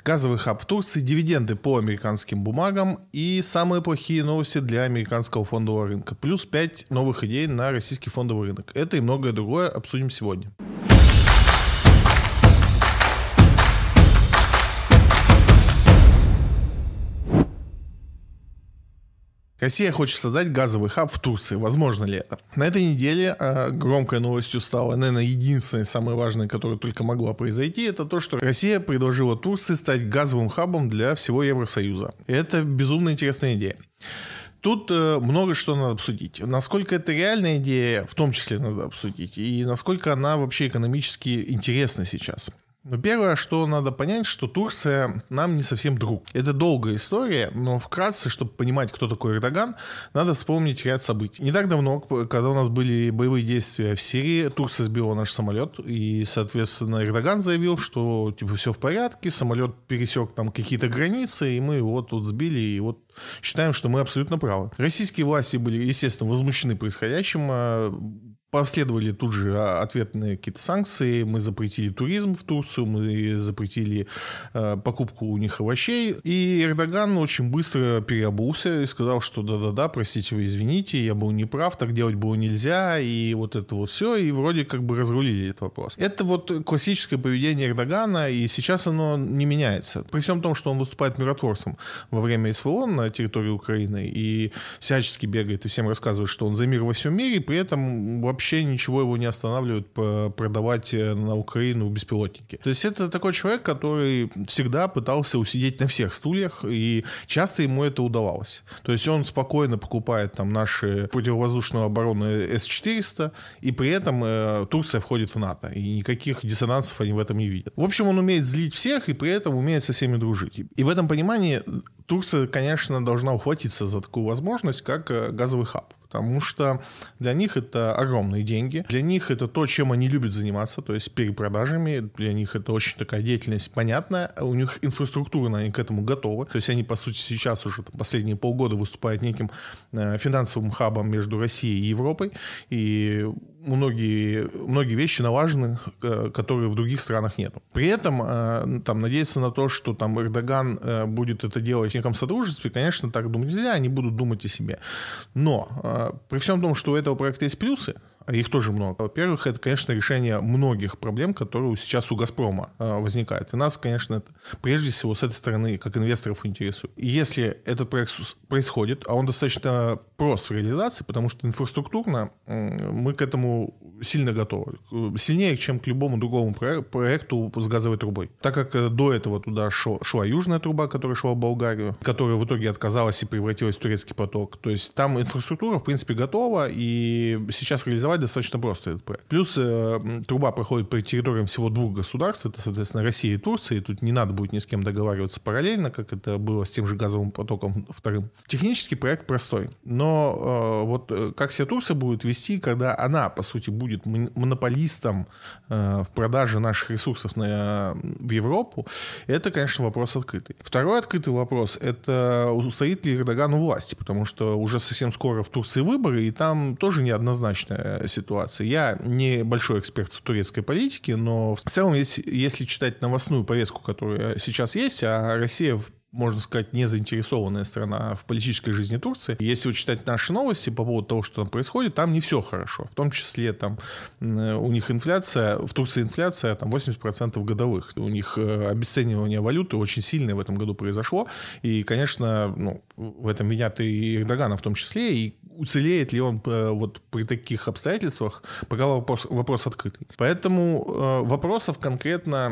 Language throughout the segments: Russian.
газовый хаб в Турции, дивиденды по американским бумагам и самые плохие новости для американского фондового рынка. Плюс 5 новых идей на российский фондовый рынок. Это и многое другое обсудим сегодня. Россия хочет создать газовый хаб в Турции. Возможно ли это? На этой неделе громкой новостью стала, наверное, единственной, самой важной, которая только могла произойти, это то, что Россия предложила Турции стать газовым хабом для всего Евросоюза. И это безумно интересная идея. Тут много что надо обсудить. Насколько это реальная идея, в том числе надо обсудить, и насколько она вообще экономически интересна сейчас. Но первое, что надо понять, что Турция нам не совсем друг. Это долгая история, но вкратце, чтобы понимать, кто такой Эрдоган, надо вспомнить ряд событий. Не так давно, когда у нас были боевые действия в Сирии, Турция сбила наш самолет, и, соответственно, Эрдоган заявил, что типа все в порядке, самолет пересек там какие-то границы, и мы его тут сбили, и вот считаем, что мы абсолютно правы. Российские власти были, естественно, возмущены происходящим. Последовали тут же ответные какие-то санкции. Мы запретили туризм в Турцию, мы запретили покупку у них овощей. И Эрдоган очень быстро переобулся и сказал, что да-да-да, простите, вы извините, я был неправ, так делать было нельзя, и вот это вот все, и вроде как бы разрулили этот вопрос. Это вот классическое поведение Эрдогана, и сейчас оно не меняется. При всем том, что он выступает миротворцем во время СВО на территории Украины и всячески бегает и всем рассказывает, что он за мир во всем мире, при этом вообще ничего его не останавливает продавать на Украину беспилотники. То есть это такой человек, который всегда пытался усидеть на всех стульях, и часто ему это удавалось. То есть он спокойно покупает там наши противовоздушную оборону С-400, и при этом Турция входит в НАТО, и никаких диссонансов они в этом не видят. В общем, он умеет злить всех, и при этом умеет со всеми дружить. И в этом понимании Турция, конечно, должна ухватиться за такую возможность, как газовый хаб. Потому что для них это огромные деньги. Для них это то, чем они любят заниматься, то есть перепродажами. Для них это очень такая деятельность понятная. У них инфраструктурно они к этому готовы. То есть они, по сути, сейчас уже последние полгода выступают неким финансовым хабом между Россией и Европой. И многие вещи налажены, которые в других странах нету. При этом там надеяться на то, что там Эрдоган будет это делать в неком содружестве, конечно, так думать нельзя, они будут думать о себе. Но при всем том, что у этого проекта есть плюсы, а их тоже много. Во-первых, это, конечно, решение многих проблем, которые сейчас у «Газпрома» возникают. И нас, конечно, это прежде всего с этой стороны, как инвесторов, интересует. И если этот проект происходит, а он достаточно прост в реализации, потому что инфраструктурно мы к этому сильно готовы. Сильнее, чем к любому другому проекту с газовой трубой. Так как до этого туда шла южная труба, которая шла в Болгарию, которая в итоге отказалась и превратилась в турецкий поток. То есть там инфраструктура, в принципе, готова, и сейчас реализовать достаточно просто этот проект. Плюс труба проходит по территориям всего двух государств, это, соответственно, Россия и Турция, и тут не надо будет ни с кем договариваться параллельно, как это было с тем же газовым потоком вторым. Технически проект простой, но вот как себя Турция будет вести, когда она, по сути, будет монополистом в продаже наших ресурсов в Европу, это, конечно, вопрос открытый. Второй открытый вопрос – это устоит ли Эрдоган у власти, потому что уже совсем скоро в Турции выборы, и там тоже неоднозначная ситуация. Я не большой эксперт в турецкой политике, но в целом, если читать новостную повестку, которая сейчас есть, а Россия, можно сказать, не заинтересованная страна в политической жизни Турции. Если читать наши новости по поводу того, что там происходит, там не все хорошо. В том числе там у них инфляция, в Турции инфляция там 80% годовых. У них обесценивание валюты очень сильное в этом году произошло. И, конечно, в этом винят и Эрдогана в том числе. И уцелеет ли он вот при таких обстоятельствах, пока вопрос открытый. Поэтому вопросов конкретно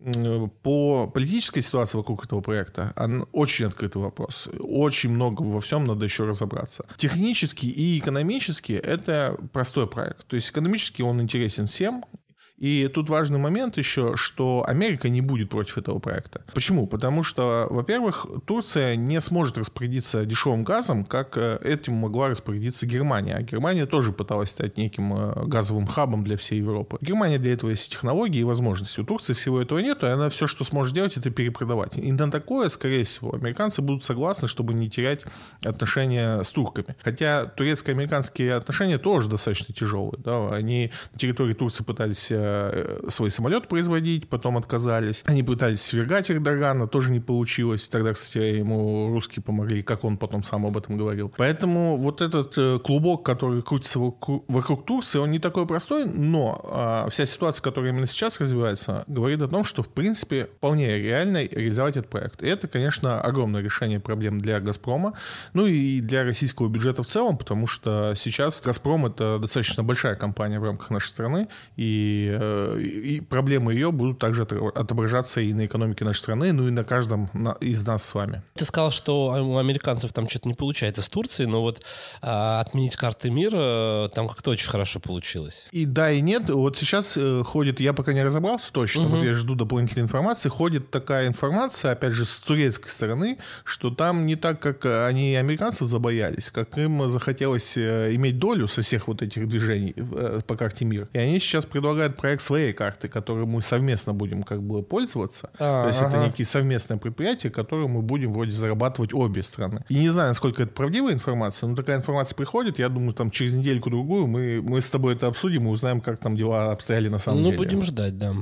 по политической ситуации вокруг этого проекта очень открытый вопрос. Очень много во всем надо еще разобраться. Технически и экономически это простой проект. То есть экономически он интересен всем. И тут важный момент еще, что Америка не будет против этого проекта. Почему? Потому что, во-первых, Турция не сможет распорядиться дешевым газом, как этим могла распорядиться Германия. А Германия тоже пыталась стать неким газовым хабом для всей Европы. Германия для этого есть технологии и возможности. У Турции всего этого нет, и она все, что сможет делать, это перепродавать. И на такое, скорее всего, американцы будут согласны, чтобы не терять отношения с турками. Хотя турецко-американские отношения тоже достаточно тяжелые. Да? Они на территории Турции пытались свой самолет производить, потом отказались. Они пытались свергать Эрдогана, тоже не получилось. Тогда, кстати, ему русские помогли, как он потом сам об этом говорил. Поэтому вот этот клубок, который крутится вокруг Турции, он не такой простой, но вся ситуация, которая именно сейчас развивается, говорит о том, что, в принципе, вполне реально реализовать этот проект. И это, конечно, огромное решение проблем для «Газпрома», ну и для российского бюджета в целом, потому что сейчас «Газпром» — это достаточно большая компания в рамках нашей страны, и проблемы ее будут также отображаться и на экономике нашей страны, ну и на каждом из нас с вами. Ты сказал, что у американцев там что-то не получается с Турцией, но вот отменить карты мира там как-то очень хорошо получилось. И да, и нет. Вот сейчас ходит, я пока не разобрался точно, вот я жду дополнительной информации, ходит такая информация, опять же, с турецкой стороны, что там не так, как они американцев забоялись, как им захотелось иметь долю со всех вот этих движений по карте мира. И они сейчас предлагают проект своей карты, которой мы совместно будем как бы пользоваться. То есть это некие совместные предприятия, которые мы будем вроде зарабатывать обе страны. И не знаю, насколько это правдивая информация, но такая информация приходит. Я думаю, там через недельку-другую мы с тобой это обсудим и узнаем, как там дела обстояли на самом деле. Ну, будем ждать, да.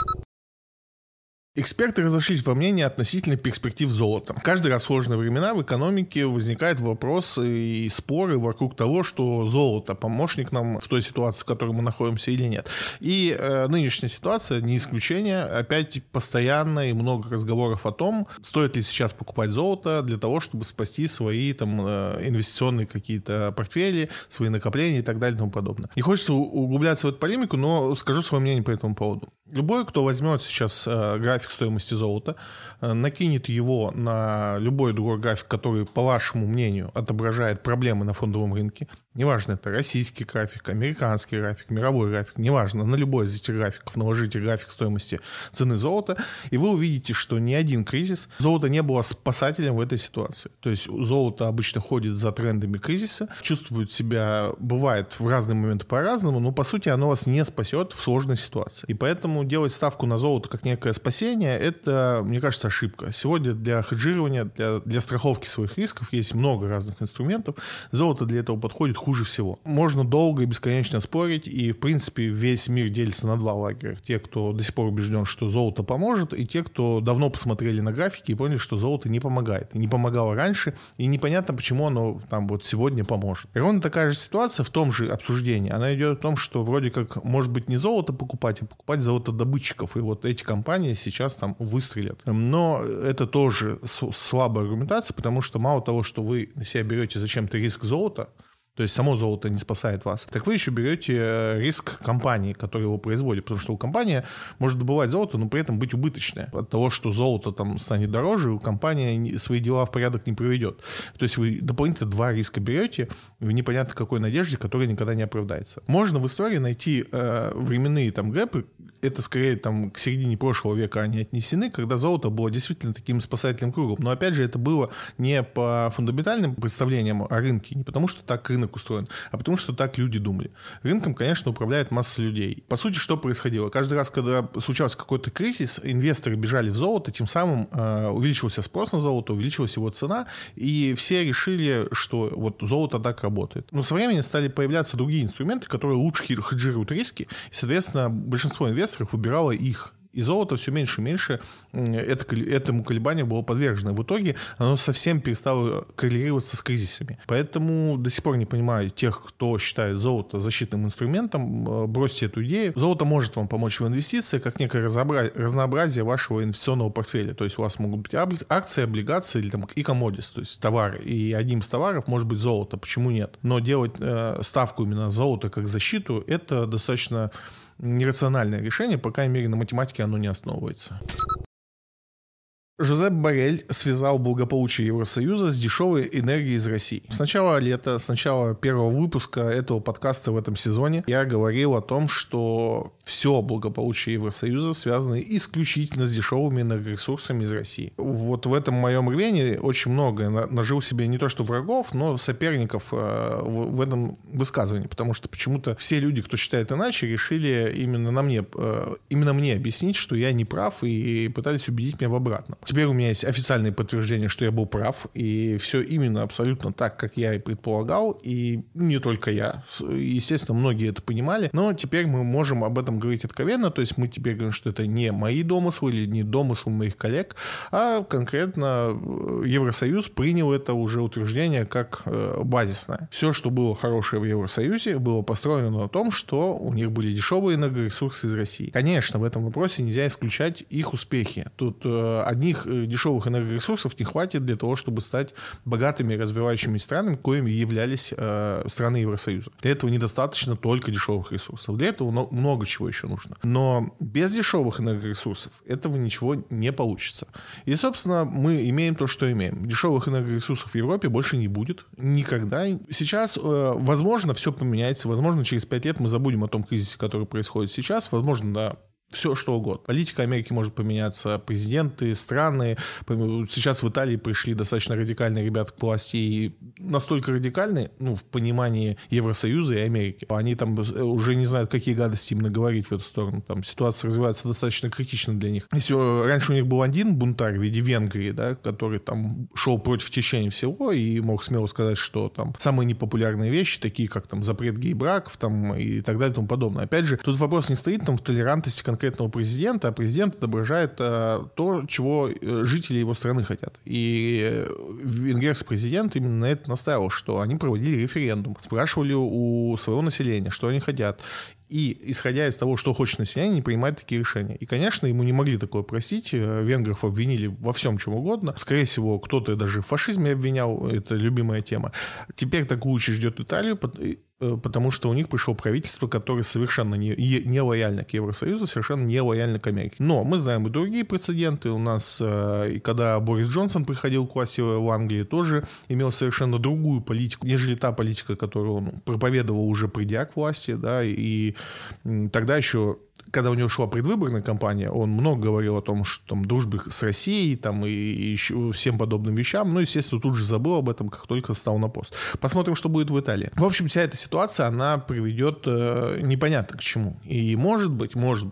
Эксперты разошлись во мнении относительно перспектив золота. Каждый раз в сложные времена в экономике возникают вопросы и споры вокруг того, что золото помощник нам в той ситуации, в которой мы находимся, или нет. И нынешняя ситуация не исключение. Опять постоянно и много разговоров о том, стоит ли сейчас покупать золото для того, чтобы спасти свои там инвестиционные какие-то портфели, свои накопления и так далее и тому подобное. Не хочется углубляться в эту полемику, но скажу свое мнение по этому поводу. Любой, кто возьмет сейчас график стоимости золота, накинет его на любой другой график, который, по вашему мнению, отображает проблемы на фондовом рынке, неважно, это российский график, американский график, мировой график, неважно, на любой из этих графиков наложите график стоимости цены золота, и вы увидите, что ни один кризис золото не было спасателем в этой ситуации. То есть золото обычно ходит за трендами кризиса, чувствует себя, бывает в разные моменты по-разному, но по сути оно вас не спасет в сложной ситуации. И поэтому делать ставку на золото как некое спасение, это, мне кажется, ошибка. Сегодня для хеджирования, для страховки своих рисков есть много разных инструментов. Золото для этого подходит хуже всего. Можно долго и бесконечно спорить, и, в принципе, весь мир делится на два лагеря. Те, кто до сих пор убежден, что золото поможет, и те, кто давно посмотрели на графики и поняли, что золото не помогает. И не помогало раньше, и непонятно, почему оно там вот сегодня поможет. И ровно такая же ситуация в том же обсуждении. Она идет о том, что вроде как, может быть, не золото покупать, а покупать золотодобытчиков. И вот эти компании сейчас там выстрелят. Но это тоже слабая аргументация, потому что мало того, что вы на себя берете зачем-то риск золота, то есть само золото не спасает вас, так вы еще берете риск компании, которая его производит, потому что у компании может добывать золото, но при этом быть убыточная. От того, что золото там станет дороже, компания свои дела в порядок не приведет. То есть вы дополнительно два риска берете в непонятно какой надежде, которая никогда не оправдается. Можно в истории найти временные там гэпы, это скорее там к середине прошлого века они отнесены, когда золото было действительно таким спасательным кругом. Но опять же это было не по фундаментальным представлениям о рынке, не потому что так рынок устроен, а потому что так люди думали. Рынком, конечно, управляет масса людей. По сути, что происходило? Каждый раз, когда случался какой-то кризис, инвесторы бежали в золото, тем самым увеличивался спрос на золото, увеличилась его цена, и все решили, что вот золото так работает. Но со временем стали появляться другие инструменты, которые лучше хеджируют риски, и, соответственно, большинство инвесторов выбирало их. И золото все меньше и меньше этому колебанию было подвержено. В итоге оно совсем перестало коррелироваться с кризисами. Поэтому до сих пор не понимаю тех, кто считает золото защитным инструментом. Бросьте эту идею. Золото может вам помочь в инвестициях, как некое разнообразие вашего инвестиционного портфеля. То есть у вас могут быть акции, облигации или там, и commodities, то есть товары. И одним из товаров может быть золото. Почему нет? Но делать ставку именно на золото как защиту, это достаточно нерациональное решение, по крайней мере, на математике оно не основывается. Жозеп Боррель связал благополучие Евросоюза с дешевой энергией из России. С начала лета, с начала первого выпуска этого подкаста в этом сезоне я говорил о том, что все благополучие Евросоюза связано исключительно с дешевыми энергоресурсами из России. Вот в этом моем рвении очень много нажил себе не то что врагов, но соперников в этом высказывании, потому что почему-то все люди, кто считает иначе, решили именно мне объяснить, что я не прав, и пытались убедить меня в обратном. Теперь у меня есть официальное подтверждение, что я был прав, и все именно абсолютно так, как я и предполагал, и не только я. Естественно, многие это понимали, но теперь мы можем об этом говорить откровенно, то есть мы теперь говорим, что это не мои домыслы или не домыслы моих коллег, а конкретно Евросоюз принял это уже утверждение как базисное. Все, что было хорошее в Евросоюзе, было построено на том, что у них были дешевые энергоресурсы из России. Конечно, в этом вопросе нельзя исключать их успехи. Тут одних дешевых энергоресурсов не хватит для того, чтобы стать богатыми развивающими странами, коими являлись страны Евросоюза. Для этого недостаточно только дешевых ресурсов. Для этого много чего еще нужно. Но без дешевых энергоресурсов этого ничего не получится. И, собственно, мы имеем то, что имеем. Дешевых энергоресурсов в Европе больше не будет. Никогда. Сейчас, возможно, все поменяется. Возможно, через 5 лет мы забудем о том кризисе, который происходит сейчас. Возможно, да, все что угодно. Политика Америки может поменяться, президенты, страны. Сейчас в Италии пришли достаточно радикальные ребята к власти, и настолько радикальные, в понимании Евросоюза и Америки. Они там уже не знают, какие гадости им наговорить в эту сторону. Там ситуация развивается достаточно критично для них. Если раньше у них был один бунтарь в виде Венгрии, да, который там шел против течения всего и мог смело сказать, что там самые непопулярные вещи, такие как там запрет гей-браков там, и так далее и тому подобное. Опять же, тут вопрос не стоит там в толерантности конкретного президента, а президент отображает то, чего жители его страны хотят. И венгерский президент именно на это настаивал, что они проводили референдум, спрашивали у своего населения, что они хотят. И, исходя из того, что хочет население, не принимать такие решения. И, конечно, ему не могли такое простить. Венгров обвинили во всем, чем угодно. Скорее всего, кто-то даже в фашизме обвинял. Это любимая тема. Теперь такую участь ждет Италию, потому что у них пришло правительство, которое совершенно не лояльно к Евросоюзу, совершенно не лояльно к Америке. Но мы знаем и другие прецеденты. У нас, и когда Борис Джонсон приходил к власти в Англии, тоже имел совершенно другую политику, нежели та политика, которую он проповедовал уже придя к власти, да, и тогда еще, когда у него шла предвыборная кампания, он много говорил о том, что там дружбе с Россией там, и еще всем подобным вещам, но, естественно, тут же забыл об этом, как только стал на пост. Посмотрим, что будет в Италии. В общем, вся эта ситуация, она приведет непонятно к чему. И может быть,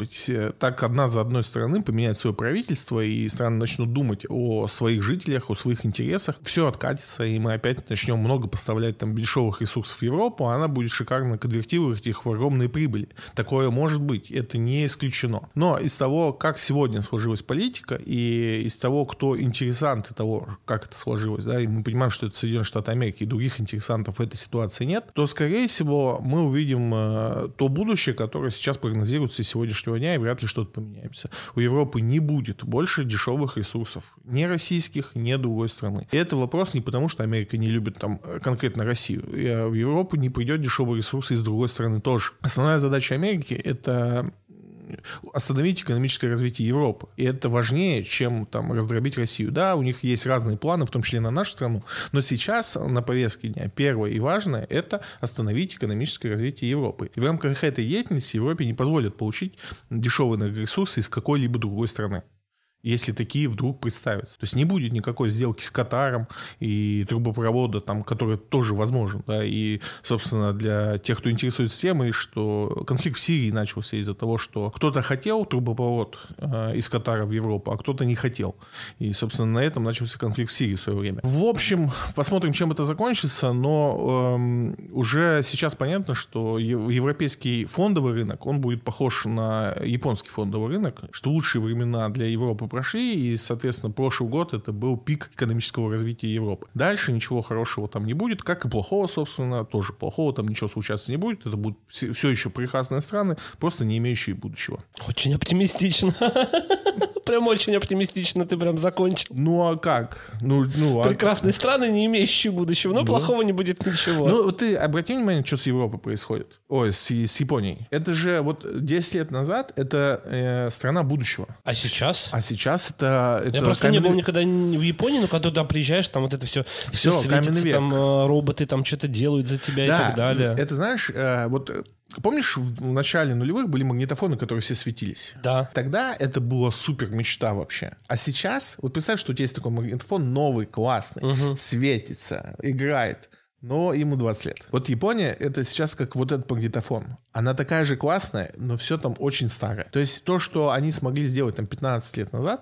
так одна за одной стороны поменять свое правительство, и страны начнут думать о своих жителях, о своих интересах. Все откатится, и мы опять начнем много поставлять там дешевых ресурсов в Европу, а она будет шикарно конвертировать их в огромные прибыли. Такое может быть. Это не исключено. Но из того, как сегодня сложилась политика, и из того, кто интересанты того, как это сложилось, да, и мы понимаем, что это Соединенные Штаты Америки, и других интересантов в этой ситуации нет, то, скорее всего, мы увидим то будущее, которое сейчас прогнозируется с сегодняшнего дня, и вряд ли что-то поменяется. У Европы не будет больше дешевых ресурсов. Ни российских, ни другой страны. И это вопрос не потому, что Америка не любит там конкретно Россию. В Европу не придет дешевые ресурсы из другой страны тоже. Основная задача Америки — это остановить экономическое развитие Европы. И это важнее, чем там раздробить Россию. Да, у них есть разные планы, в том числе на нашу страну, но сейчас на повестке дня первое и важное — это остановить экономическое развитие Европы. И в рамках этой деятельности Европе не позволят получить дешевые энергоресурсы из какой-либо другой страны, если такие вдруг представятся. То есть не будет никакой сделки с Катаром и трубопровода, там, который тоже возможен. Да, и, собственно, для тех, кто интересуется темой, что конфликт в Сирии начался из-за того, что кто-то хотел трубопровод из Катара в Европу, а кто-то не хотел. И, собственно, на этом начался конфликт в Сирии в свое время. В общем, посмотрим, чем это закончится, но уже сейчас понятно, что европейский фондовый рынок, он будет похож на японский фондовый рынок, что лучшие времена для Европы прошли, и, соответственно, прошлый год это был пик экономического развития Европы. Дальше ничего хорошего там не будет, как и плохого, собственно, тоже плохого там ничего случаться не будет. Это будут все еще прекрасные страны, просто не имеющие будущего. Очень оптимистично. Прям очень оптимистично ты прям закончил. Ну а как? Прекрасные страны, не имеющие будущего, но плохого не будет ничего. Ну ты обрати внимание, что с Европой происходит. Ой, с Японией. Это же вот 10 лет назад это страна будущего. А сейчас? А сейчас это я просто не был никогда в Японии, но когда туда приезжаешь, там вот это все светится, там роботы там что-то делают за тебя, да, и так далее. Это знаешь, вот помнишь, в начале нулевых были магнитофоны, которые все светились? Да. Тогда это была супер мечта вообще. А сейчас, вот представь, что у тебя есть такой магнитофон новый, классный, светится, играет. Но ему 20 лет. Вот Япония — это сейчас как вот этот магнитофон. Она такая же классная, но все там очень старое. То есть то, что они смогли сделать там 15 лет назад,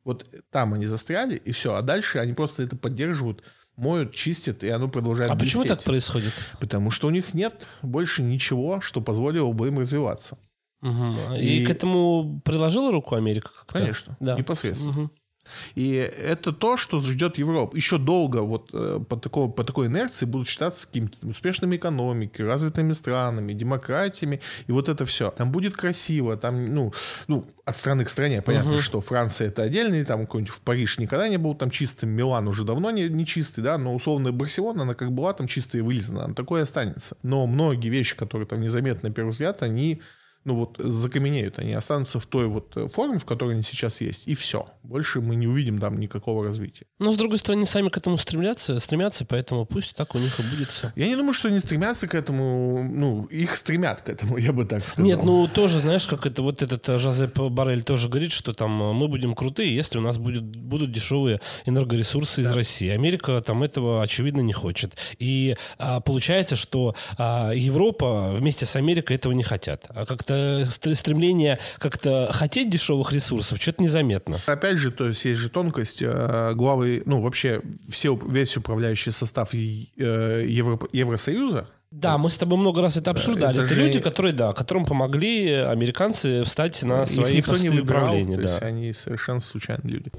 Вот там они застряли, и все. А дальше они просто это поддерживают, моют, чистят, и оно продолжает блестеть. Почему так происходит? Потому что у них нет больше ничего, что позволило бы им развиваться. Угу. И к этому приложила руку Америка как-то? Конечно, да. непосредственно. Угу. И это то, что ждет Европу. Еще долго вот по такой инерции будут считаться какими-то успешными экономиками, развитыми странами, демократиями, и вот это все. Там будет красиво, там, ну от страны к стране. Понятно, что Франция это отдельный, там какой-нибудь в Париж никогда не был там чистым, Милан уже давно не чистый, да, но условно Барселона, она как была там чистая и вылизана, она такое останется. Но многие вещи, которые там незаметны на первый взгляд, они закаменеют, они останутся в той вот форме, в которой они сейчас есть, и все. Больше мы не увидим там никакого развития. Но, с другой стороны, сами к этому стремятся, поэтому пусть так у них и будет все. Я не думаю, что они стремятся к этому, их стремят к этому, я бы так сказал. Нет, тоже, знаешь, как это вот этот Жозеп Боррель тоже говорит, что там мы будем крутые, если у нас будут дешевые энергоресурсы из России. Америка там этого, очевидно, не хочет. И получается, что Европа вместе с Америкой этого не хотят. А как-то стремление как-то хотеть дешевых ресурсов что-то незаметно. Опять же, то есть же тонкость главы, вообще весь управляющий состав Евросоюза. Да, мы с тобой много раз это обсуждали. Это люди, которым помогли американцы встать на свои посты управления. То есть они совершенно случайные люди.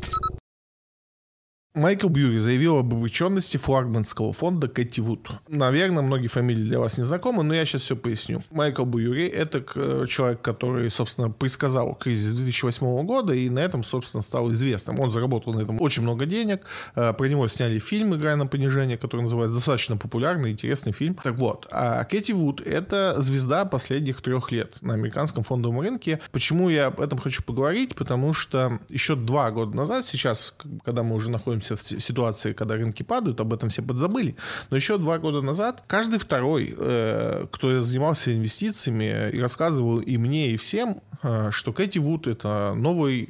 Майкл Бьюри заявил об обреченности флагманского фонда Кэти Вуд. Наверное, многие фамилии для вас не знакомы, но я сейчас все поясню. Майкл Бьюри — это человек, который, собственно, предсказал кризис 2008 года и на этом, собственно, стал известным. Он заработал на этом очень много денег. Про него сняли фильм «Играя на понижение», который называется, достаточно популярный, интересный фильм. Так вот, а Кэти Вуд — это звезда последних 3 лет на американском фондовом рынке. Почему я об этом хочу поговорить? Потому что еще 2 года назад, сейчас, когда мы уже находимся в ситуации, когда рынки падают, об этом все подзабыли. Но еще 2 года назад каждый второй, кто занимался инвестициями и рассказывал и мне, и всем, что Кэти Вуд — это новый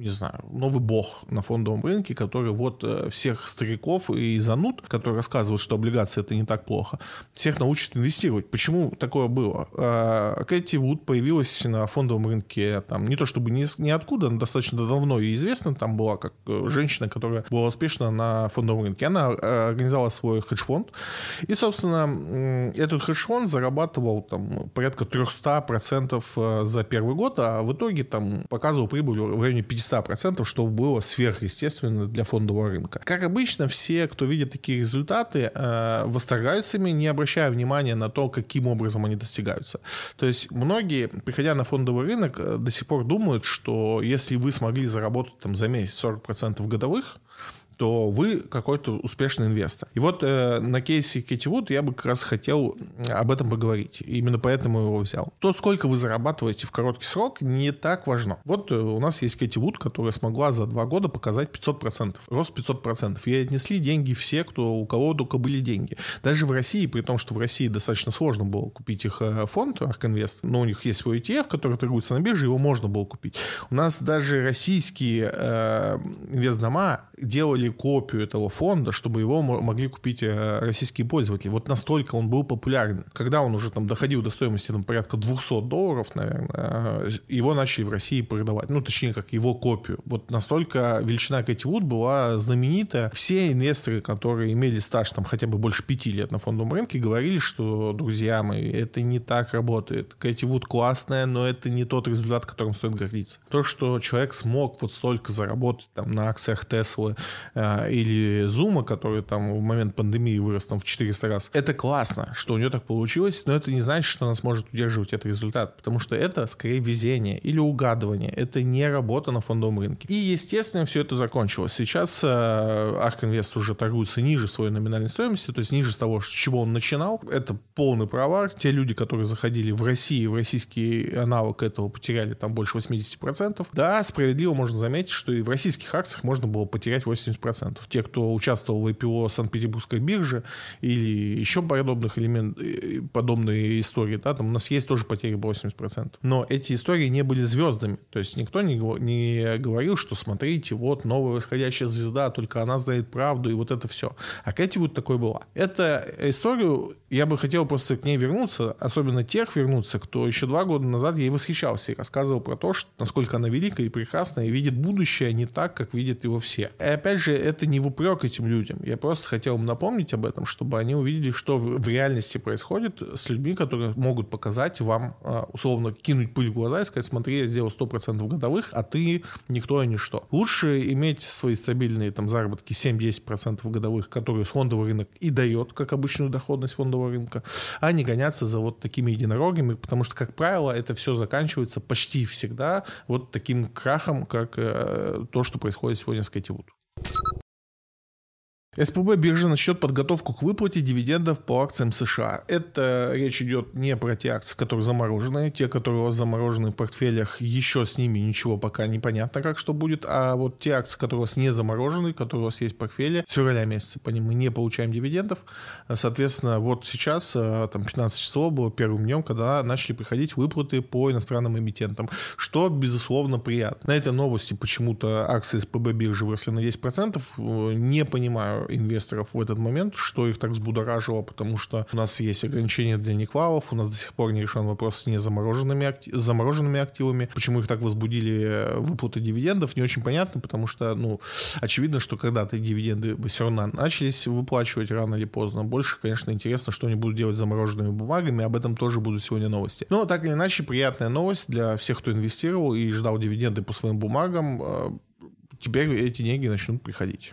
бог на фондовом рынке, который всех стариков и зануд, которые рассказывают, что облигации — это не так плохо, всех научит инвестировать. Почему такое было? Кэти Вуд появилась на фондовом рынке там, не то чтобы ниоткуда, но достаточно давно и известна. Там была как женщина, которая была успешна на фондовом рынке. Она организовала свой хедж-фонд. И, собственно, этот хедж-фонд зарабатывал там, порядка 300% за первый год, а в итоге там, показывал прибыль в районе 50%, что было сверхъестественно для фондового рынка. Как обычно, все, кто видит такие результаты, восторгаются ими, не обращая внимания на то, каким образом они достигаются. То есть многие, приходя на фондовый рынок, до сих пор думают, что если вы смогли заработать там, за месяц 40% годовых, то вы какой-то успешный инвестор. И вот на кейсе Кэти Вуд я бы как раз хотел об этом поговорить. Именно поэтому его взял. То, сколько вы зарабатываете в короткий срок, не так важно. Вот у нас есть Кэти Вуд, которая смогла за 2 года показать 500%. Рост 500%. И отнесли деньги все, у кого только были деньги. Даже в России, при том, что в России достаточно сложно было купить их фонд ARK Invest, но у них есть свой ETF, который торгуется на бирже, его можно было купить. У нас даже российские инвестдома делали копию этого фонда, чтобы его могли купить российские пользователи. Вот настолько он был популярен. Когда он уже там доходил до стоимости там, порядка $200, наверное, его начали в России продавать. Точнее, как его копию. Вот настолько величина Кэти Вуд была знаменита. Все инвесторы, которые имели стаж там хотя бы больше 5 лет на фондовом рынке, говорили, что, друзья мои, это не так работает. Кэти Вуд классная, но это не тот результат, которым стоит гордиться. То, что человек смог вот столько заработать там на акциях Теслы, или Zoom, который там в момент пандемии вырос там в 400 раз. Это классно, что у нее так получилось, но это не значит, что она сможет удерживать этот результат, потому что это скорее везение или угадывание. Это не работа на фондовом рынке. И, естественно, все это закончилось. Сейчас ARK Invest уже торгуется ниже своей номинальной стоимости, то есть ниже того, с чего он начинал. Это полный провал. Те люди, которые заходили в Россию, в российский аналог этого, потеряли там больше 80%. Да, справедливо можно заметить, что и в российских акциях можно было потерять 80%. 80%. Те, кто участвовал в IPO Санкт-Петербургской биржи или еще подобные истории, да, там у нас есть тоже потери по 80%. Но эти истории не были звездами. То есть никто не говорил, что смотрите, вот новая восходящая звезда, только она знает правду, и вот это все. А Кэти Вуд такой была. Эту историю я бы хотел просто к ней вернуться, особенно тех вернуться, кто еще 2 года назад ей восхищался и рассказывал про то, что, насколько она великая и прекрасная, и видит будущее не так, как видят его все. И опять же, это не в упрек этим людям. Я просто хотел им напомнить об этом, чтобы они увидели, что в реальности происходит с людьми, которые могут показать вам, условно, кинуть пыль в глаза и сказать, смотри, я сделал 100% годовых, а ты никто и ничто. Лучше иметь свои стабильные там заработки 7-10% годовых, которые фондовый рынок и дает, как обычную доходность фондового рынка, а не гоняться за вот такими единорогами, потому что, как правило, это все заканчивается почти всегда вот таким крахом, как то, что происходит сегодня с Кэти Вуд. СПБ биржа начнет подготовку к выплате дивидендов по акциям США. Это речь идет не про те акции, которые заморожены. Те, которые у вас заморожены в портфелях, еще с ними ничего пока не понятно, как что будет. А вот те акции, которые у вас не заморожены, которые у вас есть в портфеле, с февраля месяца по ним мы не получаем дивидендов. Соответственно, вот сейчас, там 15 число было первым днем, когда начали приходить выплаты по иностранным эмитентам, что, безусловно, приятно. На этой новости почему-то акции СПБ биржи выросли на 10%. Не понимаю инвесторов в этот момент, что их так взбудоражило, потому что у нас есть ограничения для неквалов, у нас до сих пор не решен вопрос с замороженными активами. Почему их так возбудили выплаты дивидендов, не очень понятно, потому что, очевидно, что когда-то дивиденды все равно начались выплачивать рано или поздно. Больше, конечно, интересно, что они будут делать с замороженными бумагами, об этом тоже будут сегодня новости. Но так или иначе, приятная новость для всех, кто инвестировал и ждал дивиденды по своим бумагам. Теперь эти деньги начнут приходить.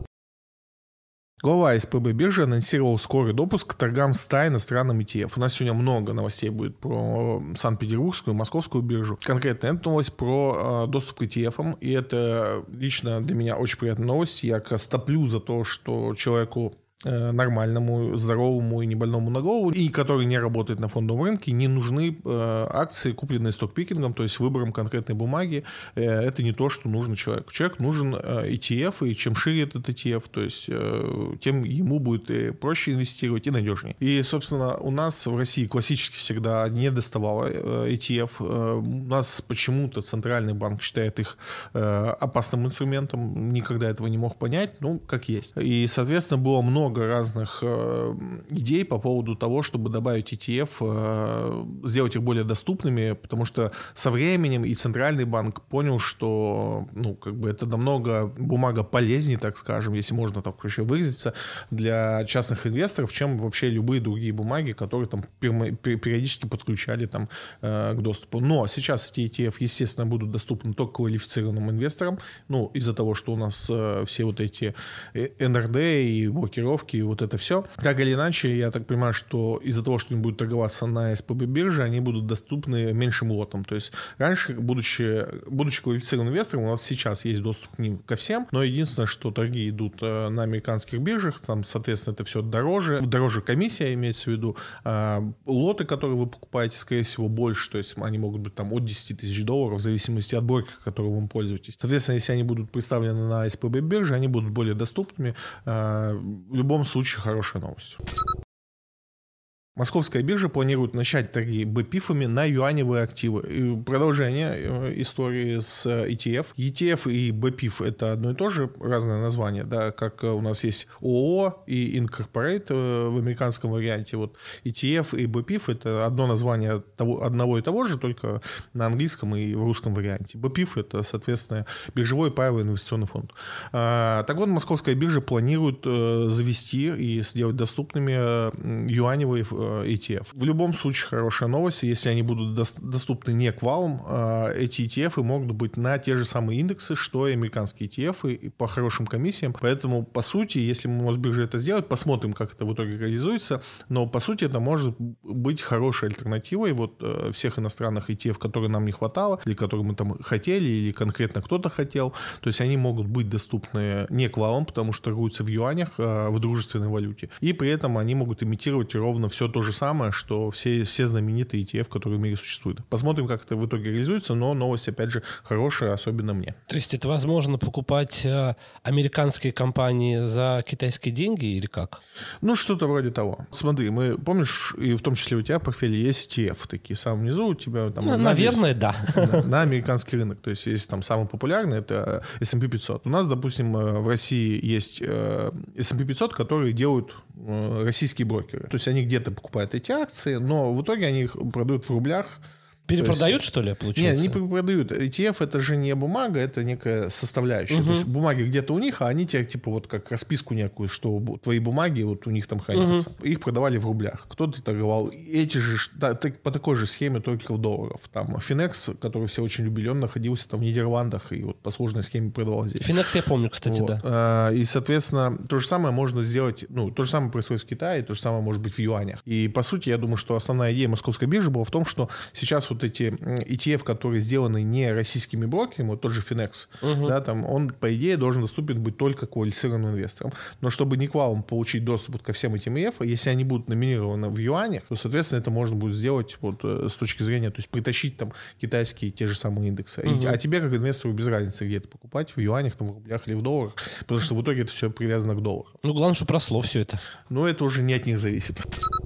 Глава СПБ биржи анонсировал скорый допуск к торгам 100 иностранным ETF. У нас сегодня много новостей будет про Санкт-Петербургскую и Московскую биржу. Конкретно эта новость про доступ к ETF, и это лично для меня очень приятная новость. Я как раз топлю за то, что человеку нормальному, здоровому и не больному на голову, и который не работает на фондовом рынке, не нужны акции, купленные стокпикингом, то есть выбором конкретной бумаги. Это не то, что нужно человеку. Человеку нужен ETF, и чем шире этот ETF, то есть тем ему будет и проще инвестировать и надежнее. И, собственно, у нас в России классически всегда не доставало ETF. У нас почему-то Центральный банк считает их опасным инструментом, никогда этого не мог понять, как есть. И, соответственно, было много разных идей по поводу того, чтобы добавить ETF, сделать их более доступными, потому что со временем и Центральный банк понял, что это намного бумага полезнее, так скажем, если можно так проще выразиться, для частных инвесторов, чем вообще любые другие бумаги, которые там периодически подключали там к доступу. Но сейчас эти ETF, естественно, будут доступны только квалифицированным инвесторам, из-за того, что у нас все вот эти НРД и блокировки, и вот это все. Так или иначе, я так понимаю, что из-за того, что они будут торговаться на СПБ бирже, они будут доступны меньшим лотом. То есть раньше, будучи квалифицированным инвестором, у нас сейчас есть доступ к ним ко всем, но единственное, что торги идут на американских биржах, там, соответственно, это все дороже комиссия имеется в виду, лоты, которые вы покупаете, скорее всего, больше, то есть они могут быть там от $10 тысяч в зависимости от брокера, которым вы пользуетесь. Соответственно, если они будут представлены на СПБ бирже, они будут более доступными. В любом случае, хорошая новость. Московская биржа планирует начать торги БПИФами на юаневые активы. И продолжение истории с ETF. ETF и БПИФ — это одно и то же, разное название, да, как у нас есть ООО и Incorporate в американском варианте. Вот ETF и БПИФ — это одно название одного и того же, только на английском и в русском варианте. БПИФ — это, соответственно, биржевой паевый инвестиционный фонд. Так вот, Московская биржа планирует завести и сделать доступными юаневые ETF. В любом случае, хорошая новость. Если они будут доступны не квалам, эти ETF могут быть на те же самые индексы, что и американские ETF, и по хорошим комиссиям. Поэтому, по сути, если Мосбиржа это сделает, посмотрим, как это в итоге реализуется. Но, по сути, это может быть хорошей альтернативой всех иностранных ETF, которые нам не хватало, или которые мы там хотели, или конкретно кто-то хотел. То есть они могут быть доступны не квалам, потому что торгуются в юанях, в дружественной валюте. И при этом они могут имитировать ровно все то то же самое, что все знаменитые ETF, которые в мире существуют. Посмотрим, как это в итоге реализуется, но новость, опять же, хорошая, особенно мне. То есть это возможно покупать американские компании за китайские деньги или как? Ну, что-то вроде того. Смотри, помнишь, и в том числе у тебя в портфеле есть ETF, такие, в самом низу у тебя там... Наверное, да. На американский рынок. То есть есть там самый популярный, это S&P 500. У нас, допустим, в России есть S&P 500, которые делают российские брокеры. То есть они где-то покупают эти акции, но в итоге они их продают в рублях. Перепродают, что ли, получается? Нет, не перепродают. ETF — это же не бумага, это некая составляющая. То есть бумаги где-то у них, а они тебе типа вот как расписку некую, что твои бумаги вот у них там хранятся. Их продавали в рублях. Кто-то торговал. Эти же по такой же схеме, только в долларах. Там Finex, который все очень любили, он находился там в Нидерландах и вот по сложной схеме продавал здесь. Finex я помню, кстати, вот. да. И, соответственно, то же самое можно сделать, то же самое происходит в Китае, то же самое может быть в юанях. И, по сути, я думаю, что основная идея московской биржи была в том, что сейчас вот эти ETF, которые сделаны не российскими брокерами, вот тот же Finex, да, там он, по идее, должен доступен быть только квалифицированным инвесторам. Но чтобы никвалом получить доступ ко всем этим ETF, если они будут номинированы в юанях, то, соответственно, это можно будет сделать вот с точки зрения, то есть притащить там китайские те же самые индексы. А тебе, как инвестору, без разницы, где это покупать, в юанях, там, в рублях или в долларах, потому что в итоге это все привязано к доллару. Ну, главное, что росло все это. Но это уже не от них зависит.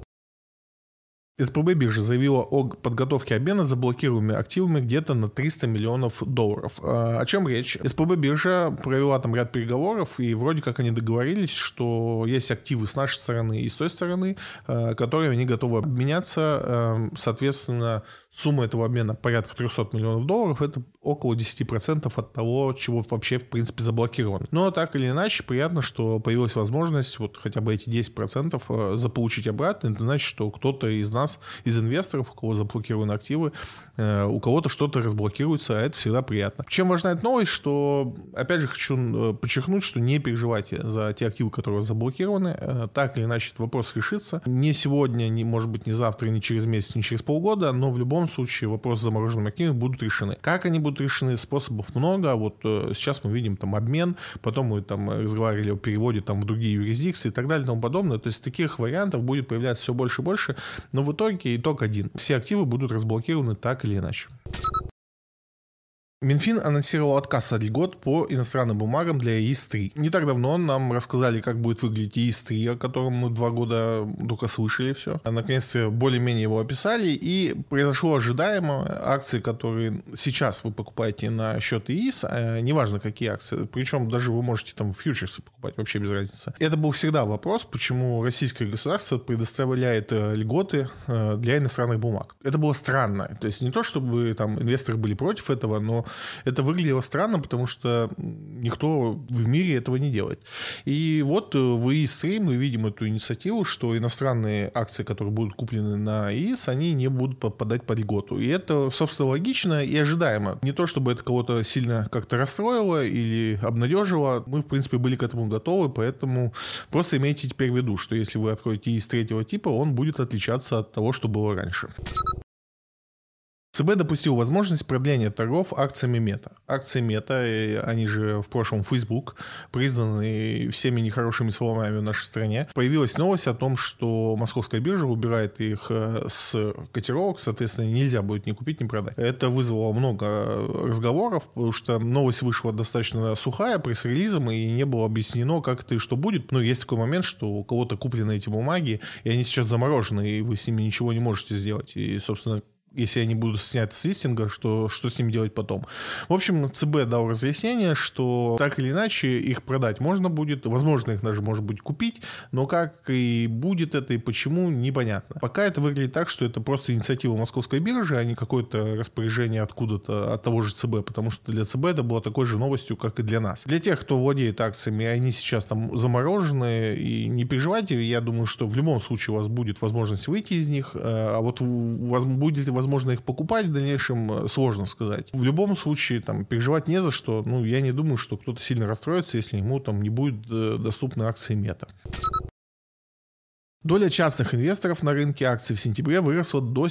СПБ биржа заявила о подготовке обмена заблокируемыми активами где-то на $300 миллионов. О чем речь? СПБ биржа провела там ряд переговоров, и вроде как они договорились, что есть активы с нашей стороны и с той стороны, которые они готовы обменяться. Соответственно, сумма этого обмена порядка $300 миллионов. Это около 10% от того, чего вообще, в принципе, заблокировано. Но так или иначе, приятно, что появилась возможность вот хотя бы эти 10% заполучить обратно. Это значит, что кто-то из нас, из инвесторов, у кого заблокированы активы, у кого-то что-то разблокируется, а это всегда приятно. Чем важна эта новость, что, опять же, хочу подчеркнуть, что не переживайте за те активы, которые заблокированы. Так или иначе, этот вопрос решится. Не сегодня, не, может быть, не завтра, не через месяц, не через полгода, но в любом случае вопрос с замороженными активами будут решены. Как они будут решены? Способов много. Вот сейчас мы видим там обмен, потом мы там разговаривали о переводе там в другие юрисдикции и так далее и тому подобное. То есть таких вариантов будет появляться все больше и больше, но в итоге итог один. Все активы будут разблокированы так или иначе. Минфин анонсировал отказ от льгот по иностранным бумагам для ЕИС-3. Не так давно нам рассказали, как будет выглядеть ЕИС-3, о котором мы 2 года только слышали все. Наконец-то более-менее его описали, и произошло ожидаемо. Акции, которые сейчас вы покупаете на счет ЕИС, неважно какие акции, причем даже вы можете там фьючерсы покупать, вообще без разницы. Это был всегда вопрос, почему российское государство предоставляет льготы для иностранных бумаг. Это было странно. То есть не то, чтобы там инвесторы были против этого, но это выглядело странно, потому что никто в мире этого не делает. И вот в ЕИС-3 мы видим эту инициативу, что иностранные акции, которые будут куплены на ЕИС, они не будут попадать под льготу. И это, собственно, логично и ожидаемо. Не то, чтобы это кого-то сильно как-то расстроило или обнадежило. Мы, в принципе, были к этому готовы, поэтому просто имейте теперь в виду, что если вы откроете ЕИС 3-го типа, он будет отличаться от того, что было раньше. ЦБ допустил возможность продления торгов акциями Мета. Акции Мета, они же в прошлом Facebook, признаны всеми нехорошими словами в нашей стране. Появилась новость о том, что московская биржа убирает их с котировок, соответственно, нельзя будет ни купить, ни продать. Это вызвало много разговоров, потому что новость вышла достаточно сухая, пресс-релизом, и не было объяснено, как это и что будет. Но есть такой момент, что у кого-то куплены эти бумаги, и они сейчас заморожены, и вы с ними ничего не можете сделать. И, собственно, если они будут сняты с листинга, что с ними делать потом. В общем, ЦБ дал разъяснение, что так или иначе их продать можно будет, возможно, их даже, может быть, купить, но как и будет это и почему, непонятно. Пока это выглядит так, что это просто инициатива московской биржи, а не какое-то распоряжение откуда-то от того же ЦБ, потому что для ЦБ это было такой же новостью, как и для нас. Для тех, кто владеет акциями, они сейчас там заморожены, и не переживайте, я думаю, что в любом случае у вас будет возможность выйти из них, а вот у вас будет возможно их покупать в дальнейшем, сложно сказать. В любом случае, там, переживать не за что. Я не думаю, что кто-то сильно расстроится, если ему там не будет доступны акции Мета. Доля частных инвесторов на рынке акций в сентябре выросла до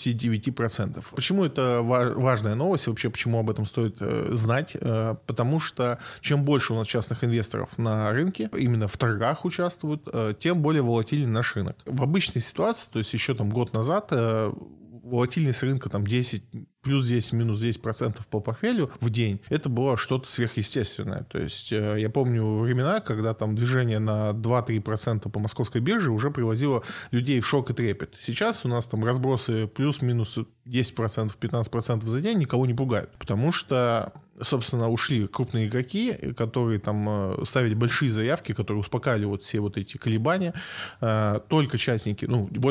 79%. Почему это важная новость? Вообще, почему об этом стоит знать? Потому что чем больше у нас частных инвесторов на рынке, именно в торгах участвуют, тем более волатилен наш рынок. В обычной ситуации, то есть еще там год назад, волатильность рынка там 10, плюс 10, минус 10% по портфелю в день, это было что-то сверхъестественное. То есть я помню времена, когда там движение на 2-3% по московской бирже уже привозило людей в шок и трепет. Сейчас у нас там разбросы плюс-минус 10%, 15% за день никого не пугают. Потому что, собственно, ушли крупные игроки, которые там ставили большие заявки, которые успокаивали вот все вот эти колебания. Только частники,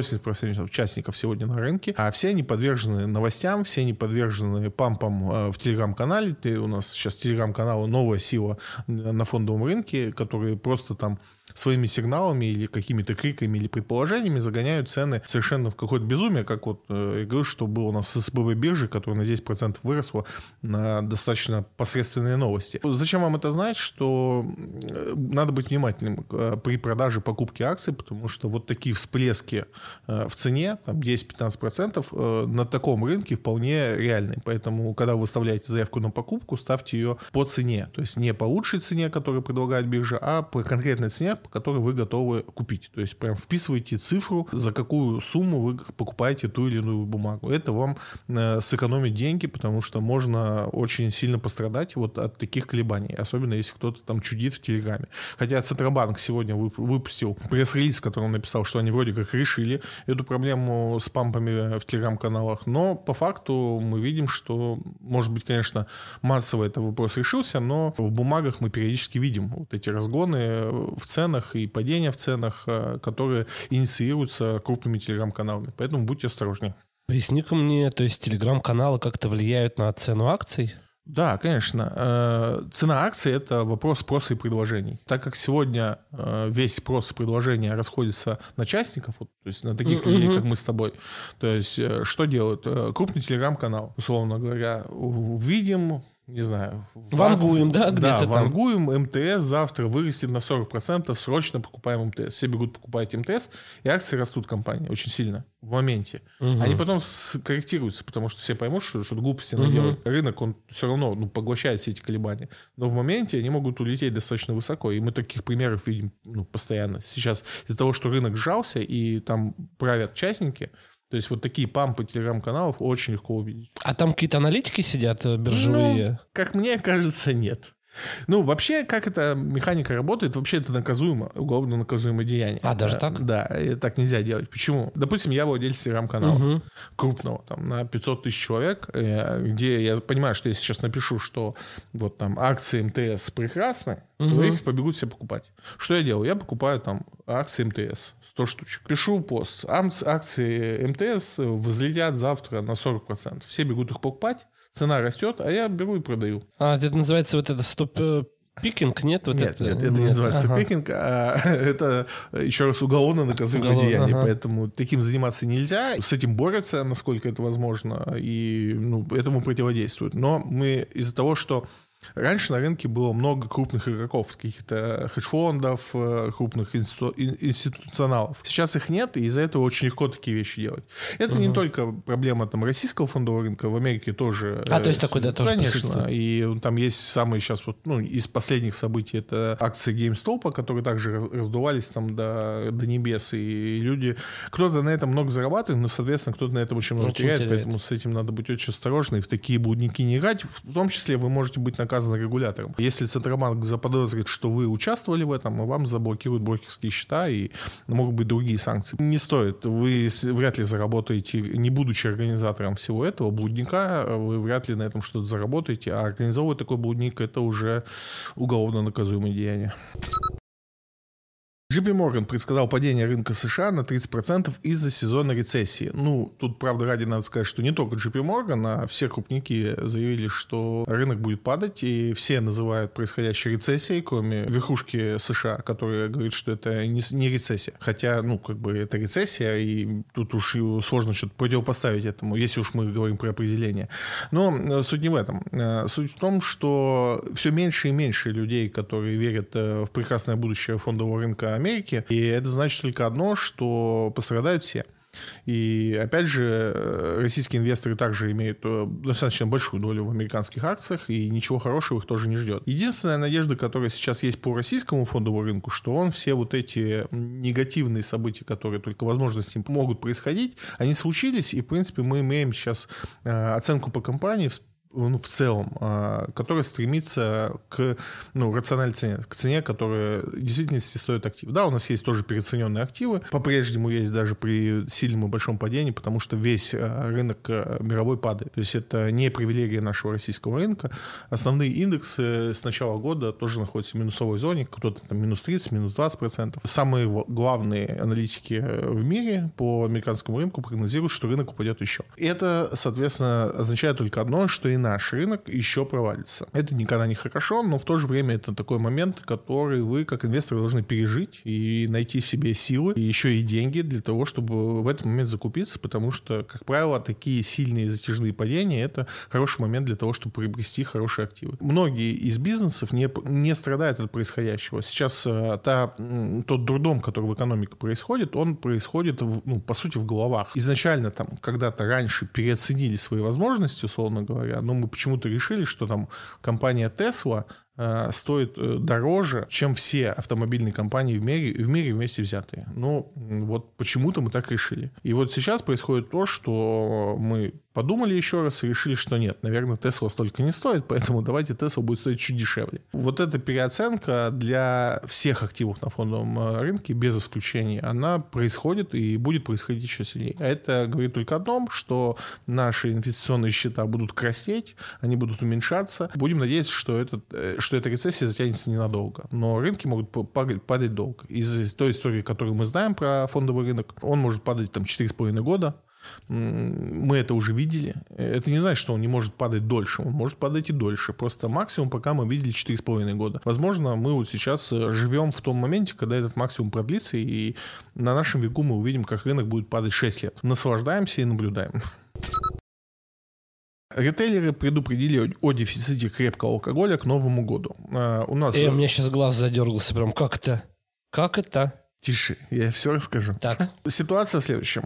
80% участников сегодня на рынке, а все они подвержены новостям, все они подвержены пампам в телеграм-канале. У нас сейчас телеграм-каналы новая сила на фондовом рынке, которые просто там своими сигналами или какими-то криками или предположениями загоняют цены совершенно в какое-то безумие, как вот я говорю, что было у нас с СББ биржи, которая на 10% выросла на достаточно посредственные новости. Зачем вам это знать? Что надо быть внимательным при продаже, покупке акций, потому что вот такие всплески в цене, там 10-15%, на таком рынке вполне реальны. Поэтому, когда вы выставляете заявку на покупку, ставьте ее по цене. То есть не по лучшей цене, которую предлагает биржа, а по конкретной цене, по которой вы готовы купить. То есть прям вписываете цифру, за какую сумму вы покупаете ту или иную бумагу. Это вам сэкономит деньги, потому что можно очень сильно пострадать вот от таких колебаний, особенно если кто-то там чудит в Телеграме. Хотя Центробанк сегодня выпустил пресс-релиз, в котором он написал, что они вроде как решили эту проблему с пампами в Телеграм-каналах, но по факту мы видим, что, может быть, конечно, массово этот вопрос решился, но в бумагах мы периодически видим вот эти разгоны в ценах и падения в ценах, которые инициируются крупными телеграм-каналами. Поэтому будьте осторожнее. Поясни-ка мне, то есть телеграм-каналы как-то влияют на цену акций? Да, конечно. Цена акций – это вопрос спроса и предложений. Так как сегодня весь спрос и предложение расходится на частников, вот, то есть на таких людей, как мы с тобой, то есть что делают? Крупный телеграм-канал, условно говоря, видим, не знаю... Вангуем, да? Да, вангуем, МТС завтра вырастет на 40%, срочно покупаем МТС. Все бегут покупать МТС, и акции растут компании очень сильно в моменте. Они потом корректируются, потому что все поймут, что глупости наделают. Рынок, он все равно поглощает все эти колебания. Но в моменте они могут улететь достаточно высоко, и мы таких примеров видим постоянно. Сейчас из-за того, что рынок сжался, и там правят частники, то есть вот такие пампы телеграм-каналов очень легко увидеть. А там какие-то аналитики сидят биржевые? Как мне кажется, нет. Вообще, как эта механика работает, вообще это наказуемо, уголовно наказуемое деяние. А, даже так? Да, и так нельзя делать. Почему? Допустим, я владелец телеграм-канала крупного, там, на 500 тысяч человек, где я понимаю, что я сейчас напишу, что вот там акции МТС прекрасны, то их побегут все покупать. Что я делаю? Я покупаю там акции МТС, 100 штучек. Пишу пост. Акции МТС взлетят завтра на 40%. Все бегут их покупать. Цена растет, а я беру и продаю. Это называется вот это стоп-пикинг, нет? Нет, это не называется стоп-пикинг, а это, еще раз, уголовно наказуемое деяние. Поэтому таким заниматься нельзя. С этим борются, насколько это возможно, и этому противодействуют. Но мы из-за того, что раньше на рынке было много крупных игроков, каких-то хедж-фондов, крупных институционалов. Сейчас их нет, и из-за этого очень легко такие вещи делать. Это не только проблема там российского фондового рынка, в Америке тоже. То есть такой, да, тоже конечно. И там есть самые сейчас вот, из последних событий это акции GameStop, которые также раздувались там до небес, и люди, кто-то на этом много зарабатывает, но, соответственно, кто-то на этом очень много теряет, поэтому с этим надо быть очень осторожным и в такие блудники не играть. В том числе вы можете быть наказаны регулятором. Если Центробанк заподозрит, что вы участвовали в этом, вам заблокируют брокерские счета и могут быть другие санкции. Не стоит. Вы вряд ли заработаете, не будучи организатором всего этого блудника, вы вряд ли на этом что-то заработаете, а организовывать такой блудник — это уже уголовно наказуемое деяние. JP Morgan предсказал падение рынка США на 30% из-за сезонной рецессии. Тут, правда, ради надо сказать, что не только JP Morgan, а все крупники заявили, что рынок будет падать, и все называют происходящей рецессией, кроме верхушки США, которая говорит, что это не рецессия. Хотя, это рецессия, и тут уж сложно что-то противопоставить этому, если уж мы говорим про определение. Но суть не в этом. Суть в том, что все меньше и меньше людей, которые верят в прекрасное будущее фондового рынка Америки. И это значит только одно, что пострадают все. И опять же, российские инвесторы также имеют достаточно большую долю в американских акциях, и ничего хорошего их тоже не ждет. Единственная надежда, которая сейчас есть по российскому фондовому рынку, что он все вот эти негативные события, которые только возможности могут происходить, они случились, и в принципе мы имеем сейчас оценку по компании в целом, которая стремится к рациональной цене, к цене, которая в действительности стоит актив. Да, у нас есть тоже переоцененные активы, по-прежнему есть даже при сильном и большом падении, потому что весь рынок мировой падает. То есть это не привилегия нашего российского рынка. Основные индексы с начала года тоже находятся в минусовой зоне, кто-то там минус 30, минус 20%. Самые главные аналитики в мире по американскому рынку прогнозируют, что рынок упадет еще. И это, соответственно, означает только одно, что и наш рынок еще провалится. Это никогда не хорошо, но в то же время это такой момент, который вы, как инвесторы, должны пережить и найти в себе силы, и еще и деньги для того, чтобы в этот момент закупиться, потому что, как правило, такие сильные затяжные падения — это хороший момент для того, чтобы приобрести хорошие активы. Многие из бизнесов не страдают от происходящего. Сейчас тот дурдом, который в экономике происходит, он происходит, по сути, в головах. Изначально там когда-то раньше переоценили свои возможности, условно говоря, но мы почему-то решили, что там компания Tesla стоит дороже, чем все автомобильные компании в мире вместе взятые. Вот почему-то мы так решили. И вот сейчас происходит то, что мы подумали еще раз и решили, что нет, наверное, Tesla столько не стоит, поэтому давайте Tesla будет стоить чуть дешевле. Вот эта переоценка для всех активов на фондовом рынке, без исключения, она происходит и будет происходить еще сильнее. А это говорит только о том, что наши инвестиционные счета будут краснеть, они будут уменьшаться. Будем надеяться, что эта рецессия затянется ненадолго. Но рынки могут падать долго. Из той истории, которую мы знаем про фондовый рынок, он может падать там 4,5 года. Мы это уже видели. Это не значит, что он не может падать дольше. Он может падать и дольше. Просто максимум, пока мы видели 4,5 года. Возможно, мы вот сейчас живем в том моменте, когда этот максимум продлится, и на нашем веку мы увидим, как рынок будет падать 6 лет. Наслаждаемся и наблюдаем. Ритейлеры предупредили о дефиците крепкого алкоголя к Новому году. У меня сейчас глаз задергался прям. Как это? Как это? Тише, я все расскажу. Так. Ситуация в следующем.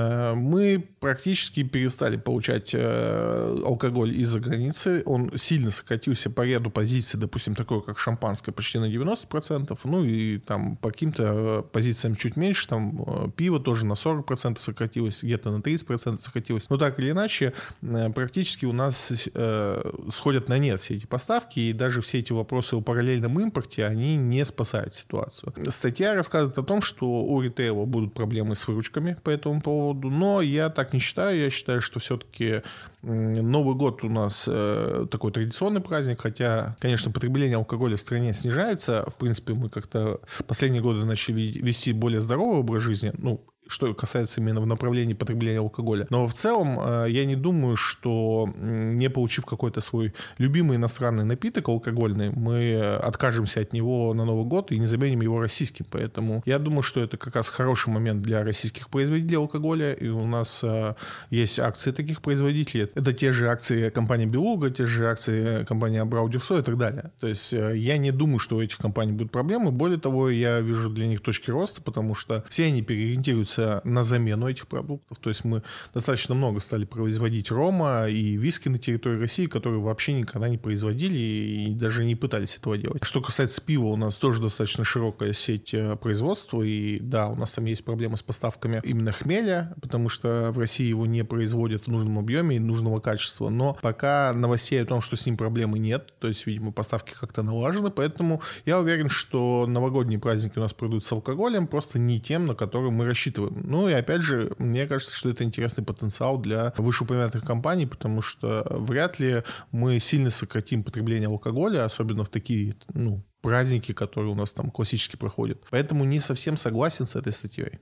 Мы практически перестали получать алкоголь из-за границы. Он сильно сократился по ряду позиций, допустим, такое как шампанское, почти на 90%. И там по каким-то позициям чуть меньше. Там пиво тоже на 40% сократилось, где-то на 30% сократилось. Но так или иначе, практически у нас сходят на нет все эти поставки. И даже все эти вопросы о параллельном импорте, они не спасают ситуацию. Статья рассказывает о том, что у ритейла будут проблемы с выручками по этому поводу, но я так не считаю. Я считаю, что все-таки Новый год у нас такой традиционный праздник, хотя, конечно, потребление алкоголя в стране снижается. В принципе, мы как-то последние годы начали вести более здоровый образ жизни, что касается именно в направлении потребления алкоголя. Но в целом я не думаю, что не получив какой-то свой любимый иностранный напиток алкогольный, мы откажемся от него на Новый год и не заменим его российским. Поэтому я думаю, что это как раз хороший момент для российских производителей алкоголя. И у нас есть акции таких производителей. Это те же акции компании Белуга, те же акции компании Абрау Дюрсо и так далее. То есть я не думаю, что у этих компаний будут проблемы. Более того, я вижу для них точки роста, потому что все они переориентируются на замену этих продуктов. То есть мы достаточно много стали производить рома и виски на территории России, которые вообще никогда не производили и даже не пытались этого делать. Что касается пива, у нас тоже достаточно широкая сеть производства. И да, у нас там есть проблемы с поставками именно хмеля, потому что в России его не производят в нужном объеме и нужного качества. Но пока новостей о том, что с ним проблемы нет. То есть, видимо, поставки как-то налажены. Поэтому я уверен, что новогодние праздники у нас пройдут с алкоголем, просто не тем, на который мы рассчитываем. И опять же, мне кажется, что это интересный потенциал для вышеупомянутых компаний, потому что вряд ли мы сильно сократим потребление алкоголя, особенно в такие, праздники, которые у нас там классически проходят. Поэтому не совсем согласен с этой статьей.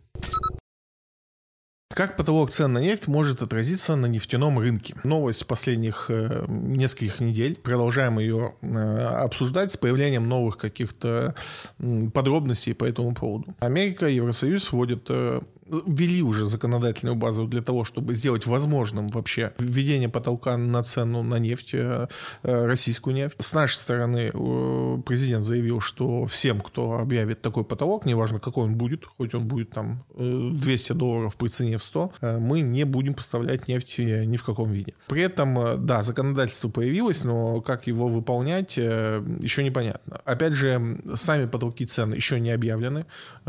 Как потолок цен на нефть может отразиться на нефтяном рынке? Новость последних нескольких недель. Продолжаем ее обсуждать с появлением новых каких-то подробностей по этому поводу. Америка и Евросоюз вводят ввели уже законодательную базу для того, чтобы сделать возможным вообще введение потолка на цену на нефть, российскую нефть. С нашей стороны президент заявил, что всем, кто объявит такой потолок, неважно какой он будет, хоть он будет там $200 при цене в 100, мы не будем поставлять нефть ни в каком виде. При этом, да, законодательство появилось, но как его выполнять, еще непонятно. Опять же, сами потолки цен еще не объявлены.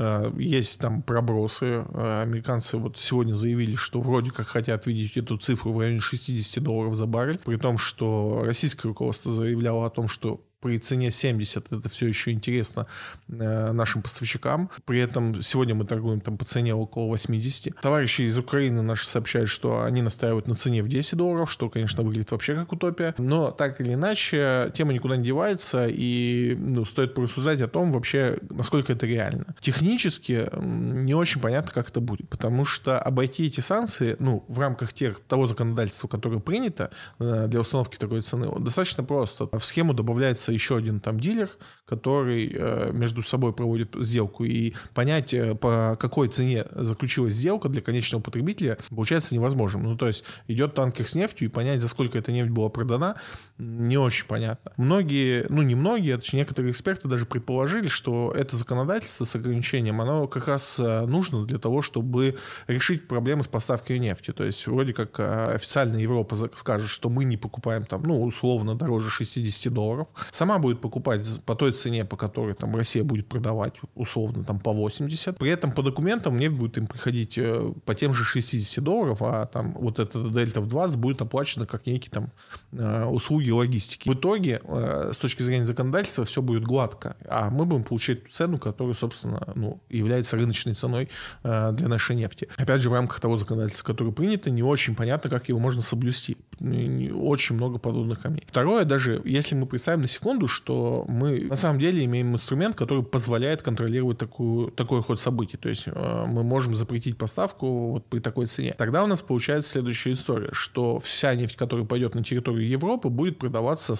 Есть там пробросы. Американцы вот сегодня заявили, что вроде как хотят видеть эту цифру в районе $60 за баррель, при том, что российское руководство заявляло о том, что при цене 70 это все еще интересно нашим поставщикам. При этом сегодня мы торгуем там по цене около 80. Товарищи из Украины наши сообщают, что они настаивают на цене в $10, что, конечно, выглядит вообще как утопия. Но так или иначе, тема никуда не девается, и стоит порассуждать о том вообще, насколько это реально. Технически не очень понятно, как это будет, потому что обойти эти санкции, в рамках того законодательства, которое принято для установки такой цены, достаточно просто. В схему добавляется еще один там дилер, который между собой проводит сделку, и понять, по какой цене заключилась сделка для конечного потребителя, получается невозможным. То есть идет танкер с нефтью, и понять, за сколько эта нефть была продана, не очень понятно. Многие, не многие, а точнее некоторые эксперты даже предположили, что это законодательство с ограничением, оно как раз нужно для того, чтобы решить проблемы с поставкой нефти. То есть вроде как официально Европа скажет, что мы не покупаем там, условно дороже $60, сама будет покупать по той цене, по которой там Россия будет продавать, условно там по 80. При этом по документам нефть будет им приходить по тем же $60, а там вот эта дельта в 20 будет оплачена как некие там услуги логистики. В итоге, с точки зрения законодательства, все будет гладко, а мы будем получать ту цену, которая, собственно, является рыночной ценой для нашей нефти. Опять же, в рамках того законодательства, которое принято, не очень понятно, как его можно соблюсти. Очень много подводных камней. Второе, даже если мы представим на секунду, что мы на самом деле имеем инструмент, который позволяет контролировать такой ход событий. То есть мы можем запретить поставку вот при такой цене. Тогда у нас получается следующая история, что вся нефть, которая пойдет на территорию Европы, будет продаваться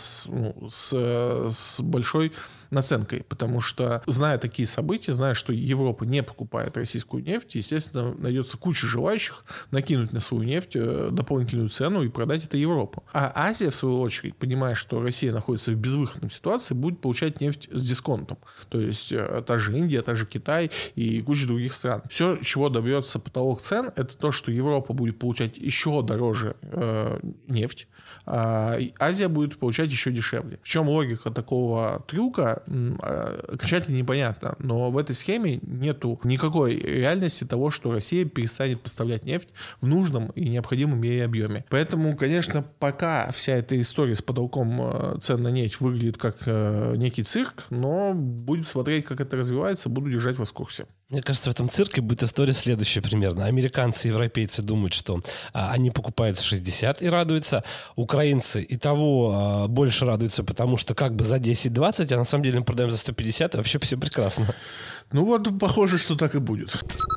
с большой наценкой, потому что, зная такие события, зная, что Европа не покупает российскую нефть, естественно, найдется куча желающих накинуть на свою нефть дополнительную цену и продать это Европу. А Азия, в свою очередь, понимая, что Россия находится в безвыходной ситуации, будет получать нефть с дисконтом. То есть та же Индия, та же Китай и куча других стран. Все, чего добьется потолок цен, это то, что Европа будет получать еще дороже нефть, а Азия будет получать еще дешевле. В чем логика такого трюка, окончательно непонятно. Но в этой схеме нету никакой реальности того, что Россия перестанет поставлять нефть в нужном и необходимом ей объеме. Поэтому, конечно, пока вся эта история с потолком цен на нефть выглядит как некий цирк, но будем смотреть, как это развивается, буду держать вас в курсе. Мне кажется, в этом цирке будет история следующая примерно. Американцы и европейцы думают, что они покупают 60 и радуются. Украинцы и того больше радуются, потому что как бы за 10-20, а на самом деле мы продаем за 150, и вообще все прекрасно. Похоже, что так и будет.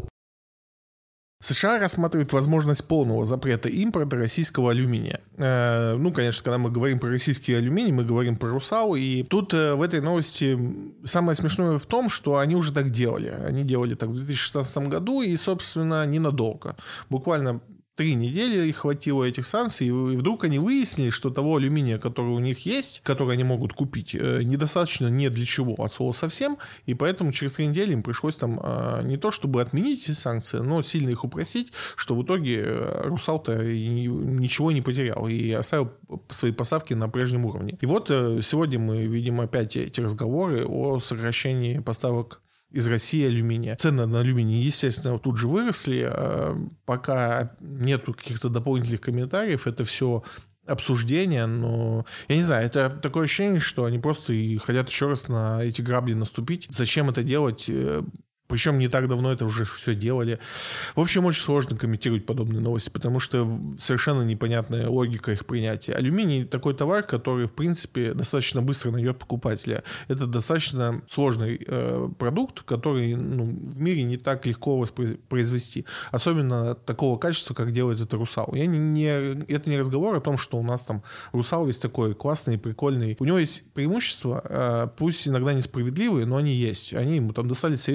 США рассматривает возможность полного запрета импорта российского алюминия. Конечно, когда мы говорим про российский алюминий, мы говорим про «Русал», и тут в этой новости самое смешное в том, что они уже так делали. Они делали так в 2016 году, и, собственно, ненадолго. Буквально 3 недели их хватило этих санкций, и вдруг они выяснили, что того алюминия, который у них есть, который они могут купить, недостаточно ни для чего от слова совсем, и поэтому через 3 недели им пришлось там не то чтобы отменить эти санкции, но сильно их упростить, что в итоге «Русал»-то ничего не потерял и оставил свои поставки на прежнем уровне. И вот сегодня мы видим опять эти разговоры о сокращении поставок из России алюминия. Цены на алюминий, естественно, тут же выросли. Пока нету каких-то дополнительных комментариев, это все обсуждение, но я не знаю, это такое ощущение, что они просто и хотят еще раз на эти грабли наступить. Зачем это делать? Причем не так давно это уже все делали. В общем, очень сложно комментировать подобные новости, потому что совершенно непонятная логика их принятия. Алюминий — такой товар, который, в принципе, достаточно быстро найдет покупателя. Это достаточно сложный продукт, который в мире не так легко воспроизвести. Особенно такого качества, как делает это «Русал». Это не разговор о том, что у нас там «Русал» весь такой классный, прикольный. У него есть преимущества, пусть иногда несправедливые, но они есть. Они ему там достались Советского Союза,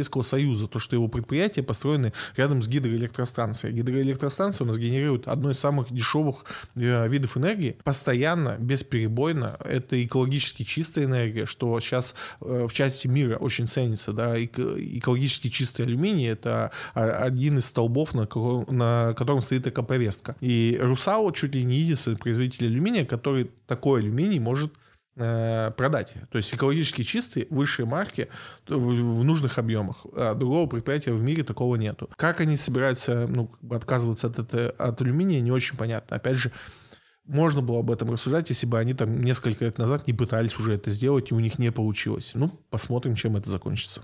Союза, то, что его предприятия построены рядом с гидроэлектростанцией. Гидроэлектростанция у нас генерирует одно из самых дешевых видов энергии, постоянно, бесперебойно. Это экологически чистая энергия, что сейчас в части мира очень ценится. Да? Экологически чистый алюминий — это один из столбов, на котором стоит эко-повестка. И «Русал» чуть ли не единственный производитель алюминия, который такой алюминий может продать. То есть экологически чистые, высшие марки в нужных объемах. А другого предприятия в мире такого нету. Как они собираются отказываться от алюминия, не очень понятно. Опять же, можно было об этом рассуждать, если бы они там несколько лет назад не пытались уже это сделать, и у них не получилось. Посмотрим, чем это закончится.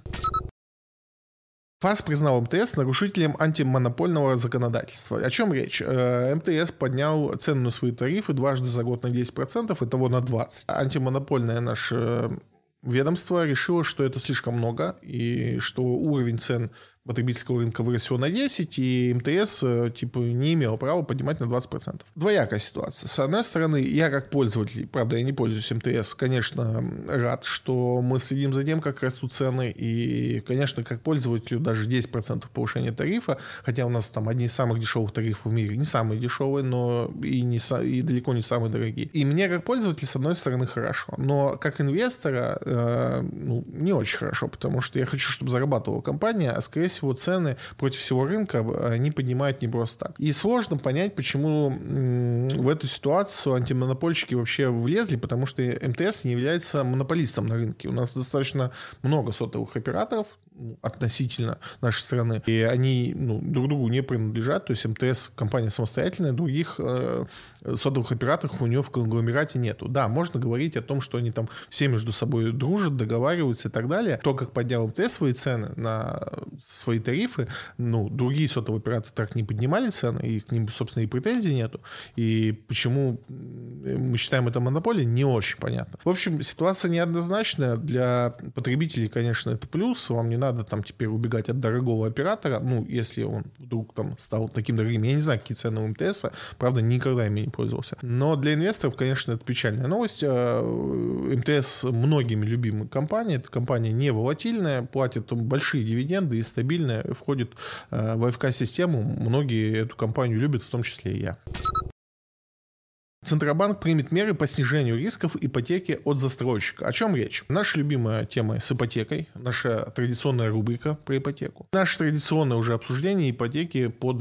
ФАС признал МТС нарушителем антимонопольного законодательства. О чем речь? МТС поднял цену на свои тарифы дважды за год на 10%, итого на 20%. Антимонопольное наше ведомство решило, что это слишком много, и что уровень цен потребительского рынка вырос всего на 10%, и МТС не имел права поднимать на 20%. Двоякая ситуация. С одной стороны, я как пользователь, правда, я не пользуюсь МТС, конечно, рад, что мы следим за тем, как растут цены, и, конечно, как пользователю даже 10% повышения тарифа, хотя у нас там одни из самых дешевых тарифов в мире, не самые дешевые, но и далеко не самые дорогие. И мне как пользователь, с одной стороны, хорошо, но как инвестора не очень хорошо, потому что я хочу, чтобы зарабатывала компания, а скорее всего цены против всего рынка они поднимают не просто так. И сложно понять, почему в эту ситуацию антимонопольщики вообще влезли, потому что МТС не является монополистом на рынке. У нас достаточно много сотовых операторов относительно нашей страны, и они друг другу не принадлежат, то есть МТС компания самостоятельная, других сотовых операторов у нее в конгломерате нету. Да, можно говорить о том, что они там все между собой дружат, договариваются и так далее. То, как поднял МТС свои цены на свои тарифы, другие сотовые операторы так не поднимали цены, и к ним, собственно, и претензий нету. И почему мы считаем это монополией, не очень понятно. В общем, ситуация неоднозначная. Для потребителей, конечно, это плюс. Вам не надо там теперь убегать от дорогого оператора, если он вдруг там стал таким дорогим. Я не знаю, какие цены у МТС, правда, никогда ими не пользовался. Но для инвесторов, конечно, это печальная новость. МТС многими любимая компания. Эта компания не волатильная, платит большие дивиденды и стабильная, входит в АФК-систему. Многие эту компанию любят, в том числе и я. Центробанк примет меры по снижению рисков ипотеки от застройщика. О чем речь? Наша любимая тема с ипотекой, наша традиционная рубрика про ипотеку. Наше традиционное уже обсуждение ипотеки под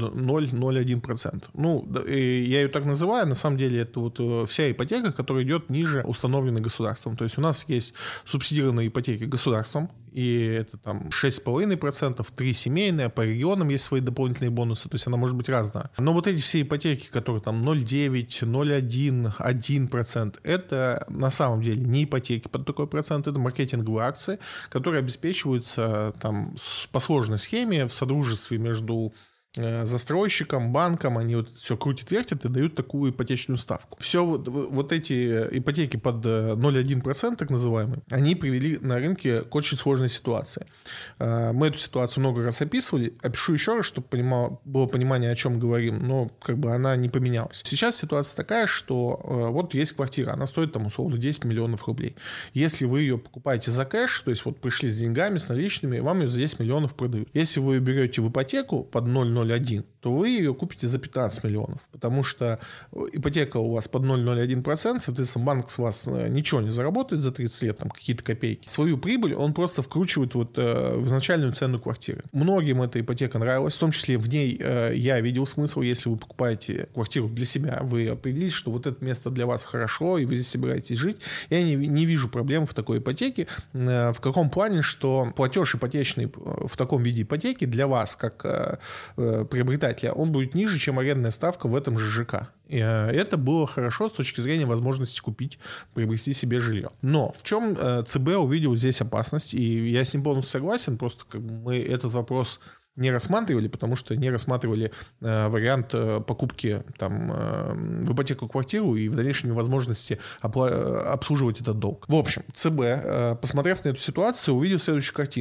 0,01%. Я ее так называю, на самом деле это вся ипотека, которая идет ниже установленной государством. То есть у нас есть субсидированные ипотеки государством, и это там 6,5%, 3 семейные, по регионам есть свои дополнительные бонусы, то есть она может быть разная. Но эти все ипотеки, которые там 0,9, 0,1, 1%, это на самом деле не ипотеки под такой процент, это маркетинговые акции, которые обеспечиваются там по сложной схеме в содружестве между застройщикам, банкам, они все крутят-вертят и дают такую ипотечную ставку. Все эти ипотеки под 0,1%, так называемые, они привели на рынке к очень сложной ситуации. Мы эту ситуацию много раз описывали. Опишу еще раз, чтобы было понимание, о чем говорим, но она не поменялась. Сейчас ситуация такая, что есть квартира, она стоит там условно 10 миллионов рублей. Если вы ее покупаете за кэш, то есть пришли с деньгами, с наличными, вам ее за 10 миллионов продают. Если вы ее берете в ипотеку под 0,01, то вы ее купите за 15 миллионов, потому что ипотека у вас под 0,01%, соответственно, банк с вас ничего не заработает за 30 лет, там какие-то копейки. Свою прибыль он просто вкручивает в изначальную цену квартиры. Многим эта ипотека нравилась, в том числе в ней я видел смысл, если вы покупаете квартиру для себя, вы определите, что это место для вас хорошо, и вы здесь собираетесь жить. Я не вижу проблем в такой ипотеке. В каком плане, что платеж ипотечный в таком виде ипотеки для вас, как приобретателя, он будет ниже, чем арендная ставка в этом же ЖК. И это было хорошо с точки зрения возможности купить, приобрести себе жилье. Но в чем ЦБ увидел здесь опасность, и я с ним полностью согласен, просто мы этот вопрос не рассматривали, потому что не рассматривали вариант покупки в ипотеку квартиру и в дальнейшем невозможности обслуживать этот долг. В общем, ЦБ, посмотрев на эту ситуацию, увидел следующую картину.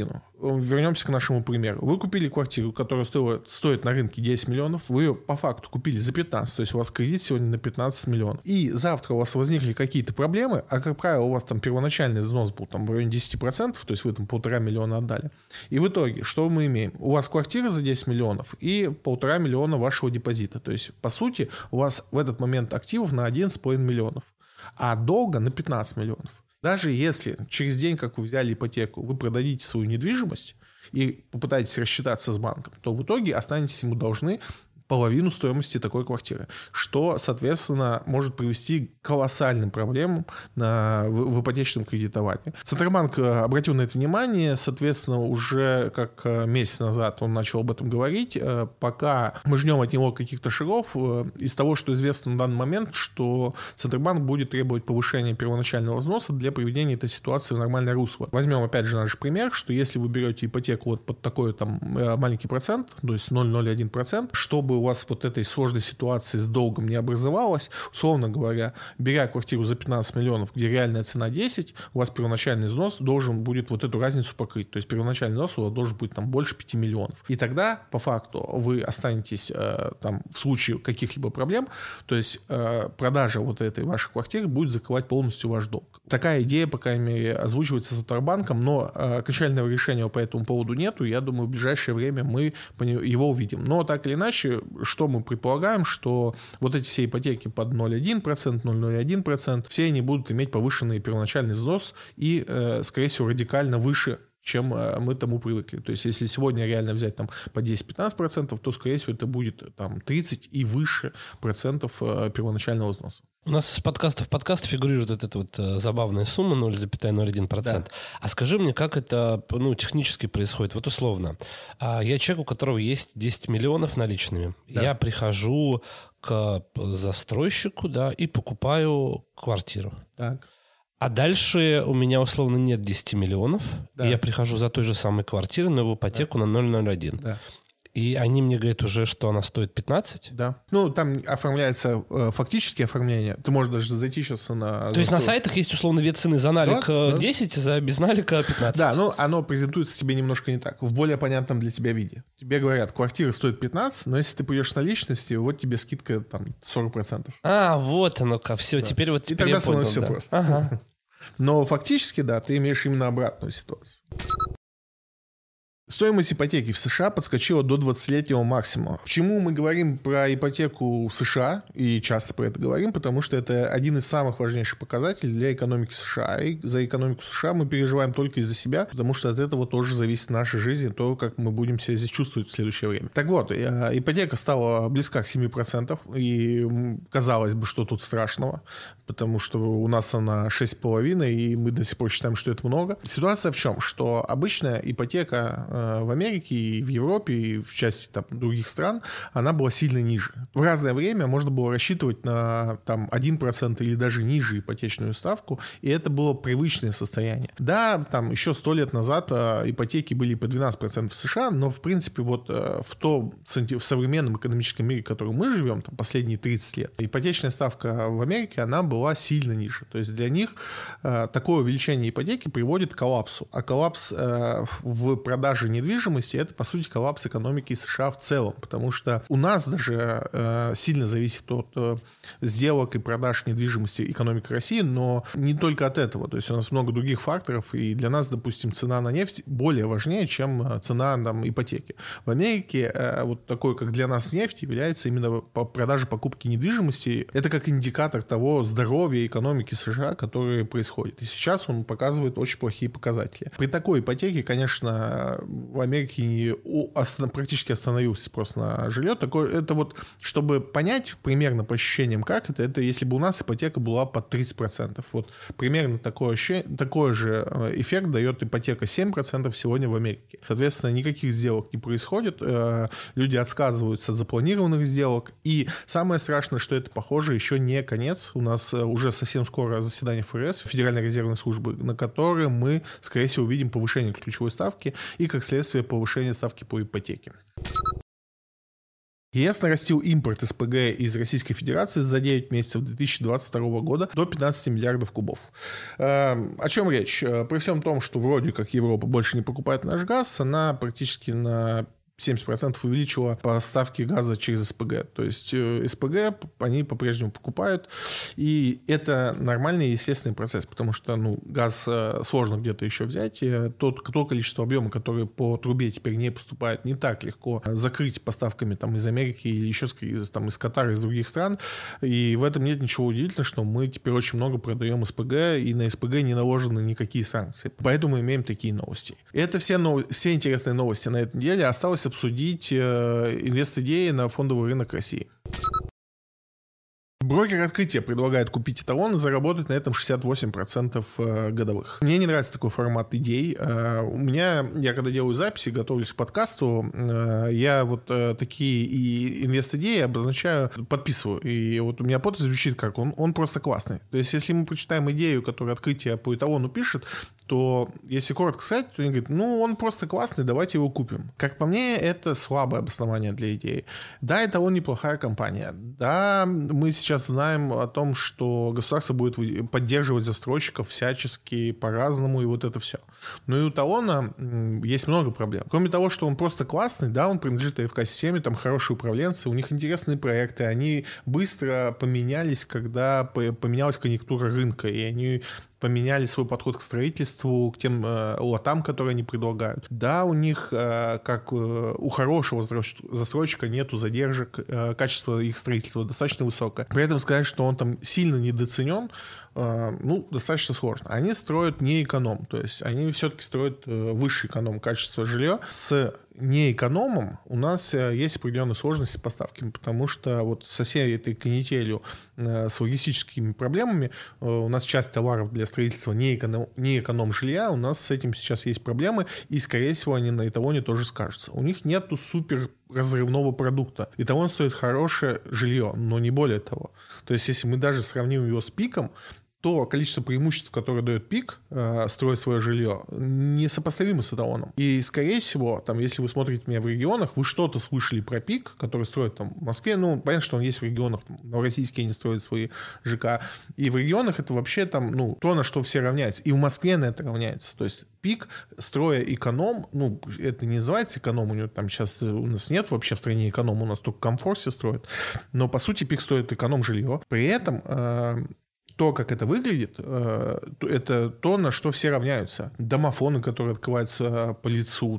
вернемся к нашему примеру. Вы купили квартиру, которая стоит на рынке 10 миллионов, вы ее по факту купили за 15, то есть у вас кредит сегодня на 15 миллионов. И завтра у вас возникли какие-то проблемы, а, как правило, у вас там первоначальный взнос был там в районе 10%, то есть вы там 1,5 миллиона отдали. И в итоге, что мы имеем? У вас квартира за 10 миллионов и 1,5 миллиона вашего депозита. То есть, по сути, у вас в этот момент активов на 11,5 миллионов, а долга на 15 миллионов. Даже если через день, как вы взяли ипотеку, вы продадите свою недвижимость и попытаетесь рассчитаться с банком, то в итоге останетесь ему должны половину стоимости такой квартиры, что, соответственно, может привести к колоссальным проблемам в ипотечном кредитовании. Центробанк обратил на это внимание, соответственно, уже как месяц назад он начал об этом говорить. Пока мы ждем от него каких-то шагов, из того, что известно на данный момент, что Центробанк будет требовать повышения первоначального взноса для приведения этой ситуации в нормальное русло. Возьмем опять же наш пример, что если вы берете ипотеку вот под такой там маленький процент, то есть 0,01%, чтобы у вас вот этой сложной ситуации с долгом не образовалось, условно говоря, беря квартиру за 15 миллионов, где реальная цена 10, у вас первоначальный взнос должен будет вот эту разницу покрыть. То есть первоначальный взнос у вас должен быть там больше 5 миллионов. И тогда, по факту, вы останетесь там в случае каких-либо проблем, то есть продажа вот этой вашей квартиры будет закрывать полностью ваш долг. Такая идея, по крайней мере, озвучивается Центробанком, но окончательного решения по этому поводу нету. Я думаю, в ближайшее время мы его увидим. Но так или иначе, что мы предполагаем, что вот эти все ипотеки под 0,1%, 0,01%, все они будут иметь повышенный первоначальный взнос и, скорее всего, радикально выше, чем мы тому привыкли. То есть, если сегодня реально взять там по 10-15%, то, скорее всего, это будет там 30 и выше процентов первоначального взноса. У нас с подкаста в подкаст фигурирует вот эта вот забавная сумма 0,01%. Да. А скажи мне, как это технически происходит? Вот условно. Я человек, у которого есть 10 миллионов наличными. Да. Я прихожу к застройщику, да, и покупаю квартиру. Так. А дальше у меня условно нет 10 миллионов. Да. И я прихожу за той же самой квартирой, но в ипотеку на 0,01. Да. И они мне говорят уже, что она стоит 15? Да. Ну, там оформляется фактическое оформление. Ты можешь даже зайти сейчас на... То есть на сайтах есть условно две цены. За налик 10, за без налика 15. Да, но оно презентуется тебе немножко не так. В более понятном для тебя виде. Тебе говорят, квартира стоит 15, но если ты придешь с наличности, вот тебе скидка там 40%. Вот оно как. Все, да. Теперь и тогда со мной все просто. Ага. Но фактически, да, ты имеешь именно обратную ситуацию. Стоимость ипотеки в США подскочила до 20-летнего максимума. Почему мы говорим про ипотеку в США, и часто про это говорим? Потому что это один из самых важнейших показателей для экономики США. И за экономику США мы переживаем только из-за себя, потому что от этого тоже зависит наша жизнь, то, как мы будем себя здесь чувствовать в следующее время. Так вот, ипотека стала близка к 7%, и казалось бы, что тут страшного, потому что у нас она 6,5%, и мы до сих пор считаем, что это много. Ситуация в чем? Что обычная ипотека в Америке и в Европе, и в части там, других стран, она была сильно ниже. В разное время можно было рассчитывать на там, 1% или даже ниже ипотечную ставку, и это было привычное состояние. Да, там еще 100 лет назад ипотеки были по 12% в США, но в принципе вот в современном экономическом мире, в котором мы живем, там, последние 30 лет, ипотечная ставка в Америке, она была сильно ниже. То есть для них такое увеличение ипотеки приводит к коллапсу. А коллапс в продаже недвижимости — это, по сути, коллапс экономики США в целом, потому что у нас даже сильно зависит от сделок и продаж недвижимости экономика России, но не только от этого. То есть у нас много других факторов, и для нас, допустим, цена на нефть более важнее, чем цена там, ипотеки. В Америке вот такой, как для нас нефть, является именно продажа покупки недвижимости. Это как индикатор того здоровья экономики США, которое происходит. И сейчас он показывает очень плохие показатели. При такой ипотеке, конечно, в Америке практически остановился спрос на жилье. Это вот, чтобы понять примерно по ощущениям, как это если бы у нас ипотека была под 30%. Вот примерно такой же эффект дает ипотека 7% сегодня в Америке. Соответственно, никаких сделок не происходит. Люди отказываются от запланированных сделок. И самое страшное, что это, похоже, еще не конец. У нас уже совсем скоро заседание ФРС, Федеральной резервной службы, на котором мы, скорее всего, увидим повышение ключевой ставки и, как следствие, повышение ставки по ипотеке. ЕС нарастил импорт СПГ из Российской Федерации за 9 месяцев 2022 года до 15 миллиардов кубов. О чем речь? При всем том, что вроде как Европа больше не покупает наш газ, она практически на 70% увеличила поставки газа через СПГ. То есть СПГ они по-прежнему покупают. И это нормальный и естественный процесс, потому что газ сложно где-то еще взять. То количество объема, которое по трубе теперь не поступает, не так легко закрыть поставками из Америки или еще из Катара, из других стран. И в этом нет ничего удивительного, что мы теперь очень много продаем СПГ, и на СПГ не наложены никакие санкции. Поэтому мы имеем такие новости. Это все интересные новости на этой неделе. Осталось обсудить инвест-идеи на фондовый рынок России. Брокер «Открытие» предлагает купить эталон и заработать на этом 68% годовых. Мне не нравится такой формат идей. Я когда делаю записи, готовлюсь к подкасту, я такие инвест-идеи обозначаю, подписываю. И у меня подпись звучит как он просто классный. То есть, если мы прочитаем идею, которую «Открытие» по эталону пишет, то, если коротко сказать, то они говорят, он просто классный, давайте его купим. Как по мне, это слабое обоснование для идеи. Да, эталон неплохая компания. Да, мы сейчас знаем о том, что государство будет поддерживать застройщиков всячески, по-разному, и это все. Но и у эталона есть много проблем. Кроме того, что он просто классный, да, он принадлежит АФК-системе, там хорошие управленцы, у них интересные проекты, они быстро поменялись, когда поменялась конъюнктура рынка, и они поменяли свой подход к строительству, к тем лотам, которые они предлагают. Да, у них, как у хорошего застройщика, нету задержек, качество их строительства достаточно высокое. При этом сказать, что он там сильно недооценен, достаточно сложно. Они строят не эконом, то есть они все-таки строят высший эконом качества жилья. С неэкономом у нас есть определенные сложности с поставками, потому что со всей этой канителью с логистическими проблемами у нас часть товаров для строительства не эконом жилья, у нас с этим сейчас есть проблемы, и, скорее всего, они на эталоне тоже скажутся. У них нету супер разрывного продукта. Эталон стоит хорошее жилье, но не более того. То есть, если мы даже сравним его с пиком, то количество преимуществ, которое дает пик, строя свое жилье, несопоставимо с эталоном. И, скорее всего, если вы смотрите меня в регионах, вы что-то слышали про пик, который строит в Москве. Понятно, что он есть в регионах, новороссийские они строят свои ЖК. И в регионах это вообще то, на что все равняются. И в Москве на это равняется. То есть пик, строя эконом, это не называется эконом, у него там сейчас у нас нет вообще в стране эконом, у нас только комфорт все строят. Но, по сути, пик стоит эконом жилье. При этом то, как это выглядит, это то, на что все равняются. Домофоны, которые открываются по лицу,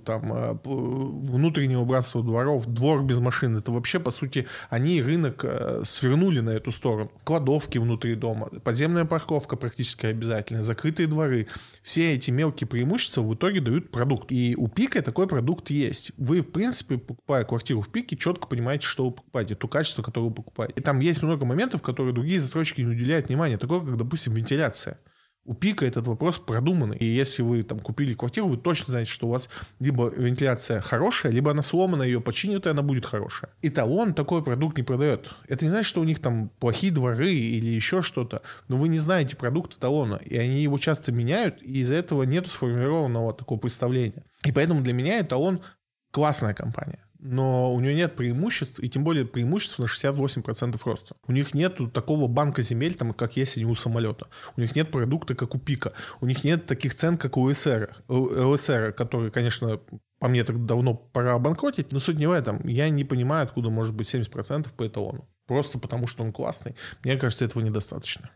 внутреннее убранство дворов, двор без машин. Это вообще, по сути, они рынок свернули на эту сторону. Кладовки внутри дома, подземная парковка практически обязательно, закрытые дворы. Все эти мелкие преимущества в итоге дают продукт. И у Пика такой продукт есть. Вы, в принципе, покупая квартиру в Пике, четко понимаете, что вы покупаете, то качество, которое вы покупаете. И там есть много моментов, которые другие застройщики не уделяют внимания. Такое, как, допустим, вентиляция. У Пика этот вопрос продуманный. И если вы купили квартиру, вы точно знаете, что у вас либо вентиляция хорошая, либо она сломана, ее починят, и она будет хорошая. Эталон такой продукт не продает. Это не значит, что у них там плохие дворы или еще что-то. Но вы не знаете продукт эталона. И они его часто меняют, и из-за этого нет сформированного такого представления. И поэтому для меня эталон классная компания. Но у нее нет преимуществ, и тем более преимуществ на 68% роста. У них нет такого банка земель, как есть у самолета. У них нет продукта, как у Пика. У них нет таких цен, как у ЛСР, который, конечно, по мне так давно пора обанкротить, но суть не в этом. Я не понимаю, откуда может быть 70% по эталону. Просто потому, что он классный. Мне кажется, этого недостаточно.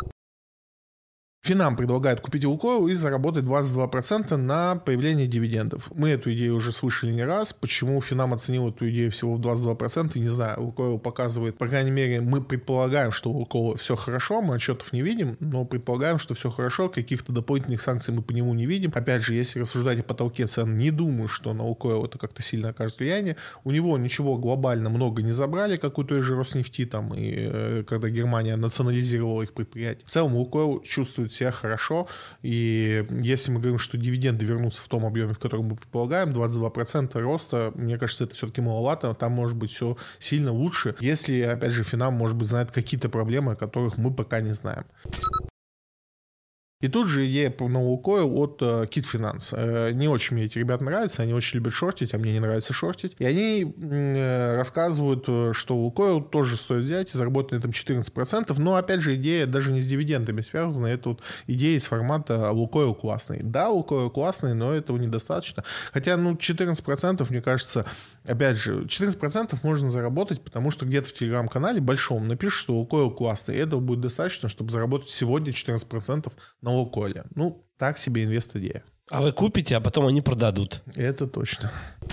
Финам предлагает купить Лукойл и заработать 22% на появление дивидендов. Мы эту идею уже слышали не раз. Почему Финам оценил эту идею всего в 22%, не знаю. Лукойл показывает, по крайней мере, мы предполагаем, что у Лукойла все хорошо, мы отчетов не видим, но предполагаем, что все хорошо, каких-то дополнительных санкций мы по нему не видим. Опять же, если рассуждать о потолке цен, не думаю, что на Лукойл это как-то сильно окажет влияние. У него ничего глобально много не забрали, как у той же Роснефти, и когда Германия национализировала их предприятия. В целом Лукойл чувствует себя хорошо, и если мы говорим, что дивиденды вернутся в том объеме, в котором мы предполагаем, 22% роста, мне кажется, это все-таки маловато, там может быть все сильно лучше, если, опять же, Финам, может быть, знает какие-то проблемы, о которых мы пока не знаем. И тут же идея на Лукойл от Kit Finance. Не очень мне эти ребята нравятся, они очень любят шортить, а мне не нравится шортить. И они рассказывают, что Лукойл тоже стоит взять и заработать на этом 14%. Но, опять же, идея даже не с дивидендами связана. Это вот идея из формата Лукойл классный. Да, Лукойл классный, но этого недостаточно. Хотя, 14%, мне кажется, опять же, 14% можно заработать, потому что где-то в Телеграм-канале большом напишут, что Лукойл классный. И этого будет достаточно, чтобы заработать сегодня 14% на Лукойле. Так себе инвест-идея. А вы купите, а потом они продадут. Это точно.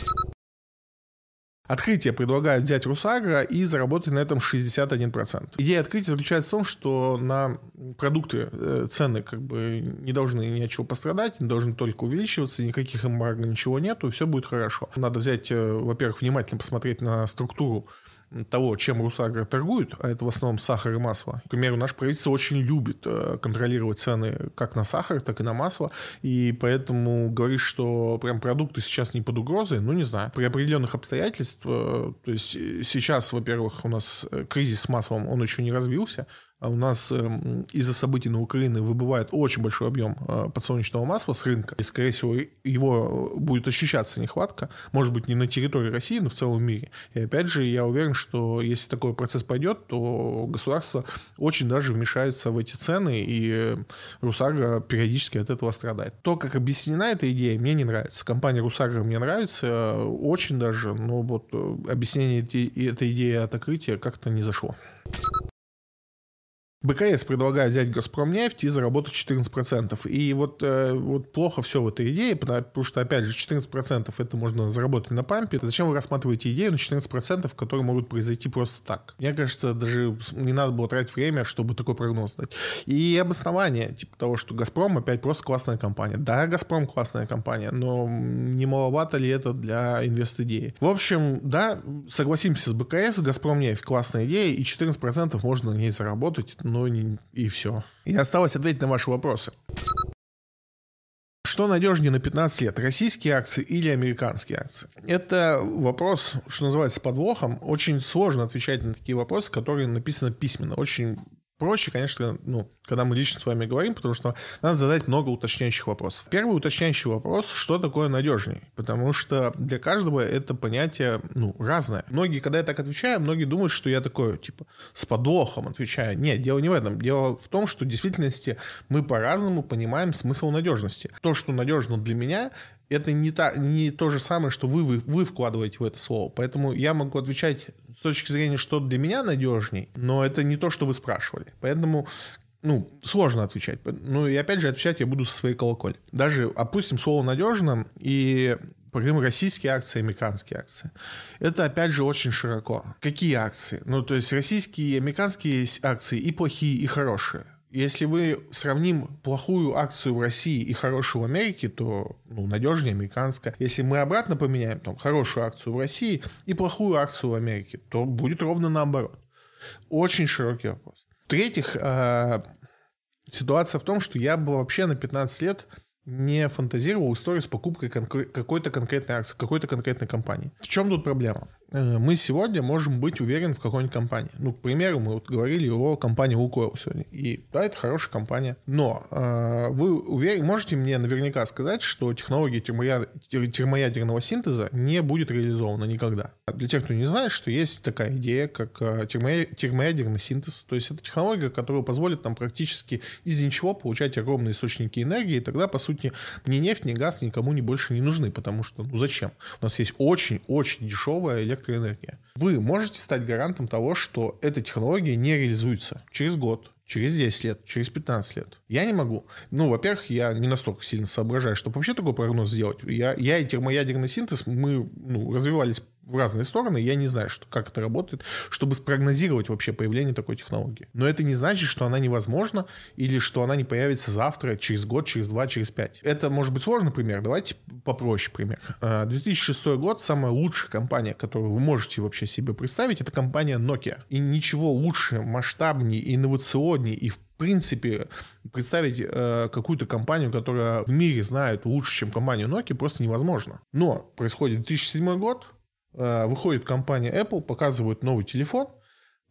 Открытие предлагает взять Русагро и заработать на этом 61%. Идея открытия заключается в том, что на продукты цены не должны ни от чего пострадать, не должны только увеличиваться, никаких эмбарго, ничего нету, и все будет хорошо. Надо взять, во-первых, внимательно посмотреть на структуру того, чем Русагро торгует, а это в основном сахар и масло. К примеру, наше правительство очень любит контролировать цены как на сахар, так и на масло, и поэтому говорит, что прям продукты сейчас не под угрозой, не знаю. При определенных обстоятельствах, то есть сейчас, во-первых, у нас кризис с маслом, он еще не развился, а у нас из-за событий на Украине выбывает очень большой объем подсолнечного масла с рынка. И, скорее всего, его будет ощущаться нехватка. Может быть, не на территории России, но в целом мире. И опять же, я уверен, что если такой процесс пойдет, то государство очень даже вмешается в эти цены, и Русагро периодически от этого страдает. То, как объяснена эта идея, мне не нравится. Компания Русагро мне нравится очень даже, но вот объяснение этой идеи от открытия как-то не зашло. БКС предлагает взять Газпромнефть и заработать 14%. И вот плохо все в этой идее, потому что, опять же, 14% это можно заработать на пампе. Зачем вы рассматриваете идею на 14%, которые могут произойти просто так? Мне кажется, даже не надо было тратить время, чтобы такой прогноз дать. И обоснование, типа того, что Газпром опять просто классная компания. Да, Газпром классная компания, но не маловато ли это для инвест-идеи? В общем, да, согласимся с БКС, Газпромнефть классная идея, и 14% можно на ней заработать, и все. И осталось ответить на ваши вопросы. Что надежнее на 15 лет, российские акции или американские акции? Это вопрос, что называется, с подвохом. Очень сложно отвечать на такие вопросы, которые написаны письменно. Очень проще, конечно, когда мы лично с вами говорим, потому что надо задать много уточняющих вопросов. Первый уточняющий вопрос, что такое надежней? Потому что для каждого это понятие, разное. Многие, когда я так отвечаю, многие думают, что я такой, с подвохом отвечаю. Нет, дело не в этом. Дело в том, что в действительности мы по-разному понимаем смысл надежности. То, что надежно для меня, это не то же самое, что вы вкладываете в это слово. Поэтому я могу отвечать с точки зрения, что для меня надежней, но это не то, что вы спрашивали. Поэтому сложно отвечать. И опять же, отвечать я буду со своей колокольни. Даже опустим слово «надежно» и поговорим российские акции, американские акции. Это, опять же, очень широко. Какие акции? То есть российские и американские акции и плохие, и хорошие. Если мы сравним плохую акцию в России и хорошую в Америке, то надежнее американская. Если мы обратно поменяем хорошую акцию в России и плохую акцию в Америке, то будет ровно наоборот. Очень широкий вопрос. В-третьих, ситуация в том, что я бы вообще на 15 лет не фантазировал историю с покупкой какой-то конкретной акции, какой-то конкретной компании. В чем тут проблема? Мы сегодня можем быть уверены в какой-нибудь компании. К примеру, мы говорили о компании Лукойл сегодня. И да, это хорошая компания. Но вы можете мне наверняка сказать, что технология термоядерного синтеза не будет реализована никогда. Для тех, кто не знает, что есть такая идея, как термоядерный синтез. То есть это технология, которая позволит нам практически из ничего получать огромные источники энергии. И тогда, по сути, ни нефть, ни газ никому больше не нужны. Потому что, зачем? У нас есть очень-очень дешевая электроэнергия. Вы можете стать гарантом того, что эта технология не реализуется через год, через 10 лет, через 15 лет. Я не могу. Во-первых, я не настолько сильно соображаю, чтобы вообще такой прогноз сделать. Я и термоядерный синтез, мы развивались в разные стороны, я не знаю, как это работает, чтобы спрогнозировать вообще появление такой технологии. Но это не значит, что она невозможна или что она не появится завтра, через год, через 2, через 5. Это может быть сложный пример. Давайте попроще пример. 2006 год, самая лучшая компания, которую вы можете вообще себе представить, это компания Nokia. И ничего лучше, масштабнее, инновационнее и в принципе, представить какую-то компанию, которая в мире знает лучше, чем компанию Nokia, просто невозможно. Но происходит 2007 год, выходит компания Apple, показывает новый телефон,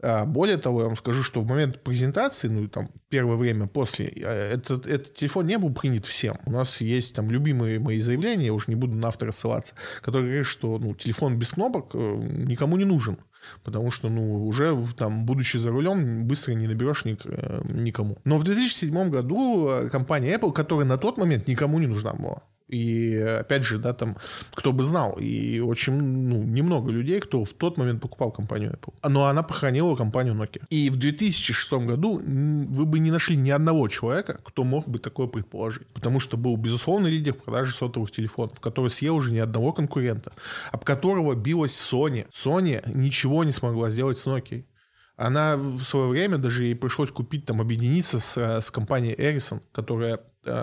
Более того, я вам скажу, что в момент презентации, ну, там, первое время после, этот телефон не был принят всем. У нас есть там любимые мои заявления, я уже не буду на автора ссылаться, которые говорят, что телефон без кнопок никому не нужен. Потому что, уже там, будучи за рулем, быстро не наберешь никому. Но в 2007 году компания Apple, которая на тот момент никому не нужна была, и опять же, да, там, кто бы знал, и очень, немного людей, кто в тот момент покупал компанию Apple. Но она похоронила компанию Nokia. И в 2006 году вы бы не нашли ни одного человека, кто мог бы такое предположить. Потому что был, безусловно, лидер продажи сотовых телефонов, который съел уже ни одного конкурента, об которого билась Sony. Sony ничего не смогла сделать с Nokia. Она в свое время, даже ей пришлось купить, объединиться с компанией Ericsson, которая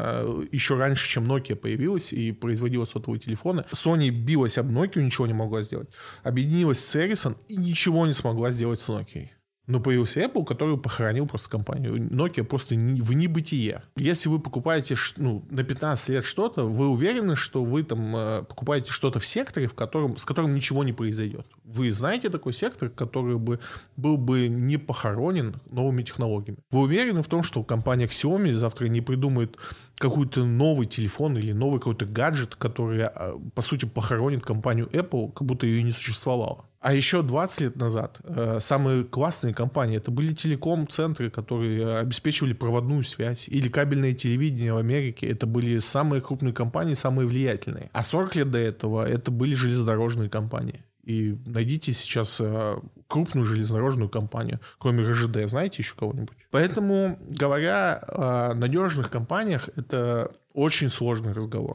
еще раньше, чем Nokia появилась и производила сотовые телефоны. Sony билась об Nokia, ничего не могла сделать. Объединилась с Ericsson и ничего не смогла сделать с Nokia. Но появился Apple, который похоронил просто компанию. Nokia просто в небытие. Если вы покупаете на 15 лет что-то, вы уверены, что вы там покупаете что-то в секторе, с которым ничего не произойдет. Вы знаете такой сектор, который был бы не похоронен новыми технологиями. Вы уверены в том, что компания Xiaomi завтра не придумает какой-то новый телефон или новый какой-то гаджет, который, по сути, похоронит компанию Apple, как будто ее не существовало. А еще 20 лет назад самые классные компании это были телеком-центры, которые обеспечивали проводную связь, или кабельное телевидение в Америке. Это были самые крупные компании, самые влиятельные. А 40 лет до этого это были железнодорожные компании. И найдите сейчас крупную железнодорожную компанию, кроме РЖД. Знаете еще кого-нибудь? Поэтому, говоря о надежных компаниях, это очень сложный разговор.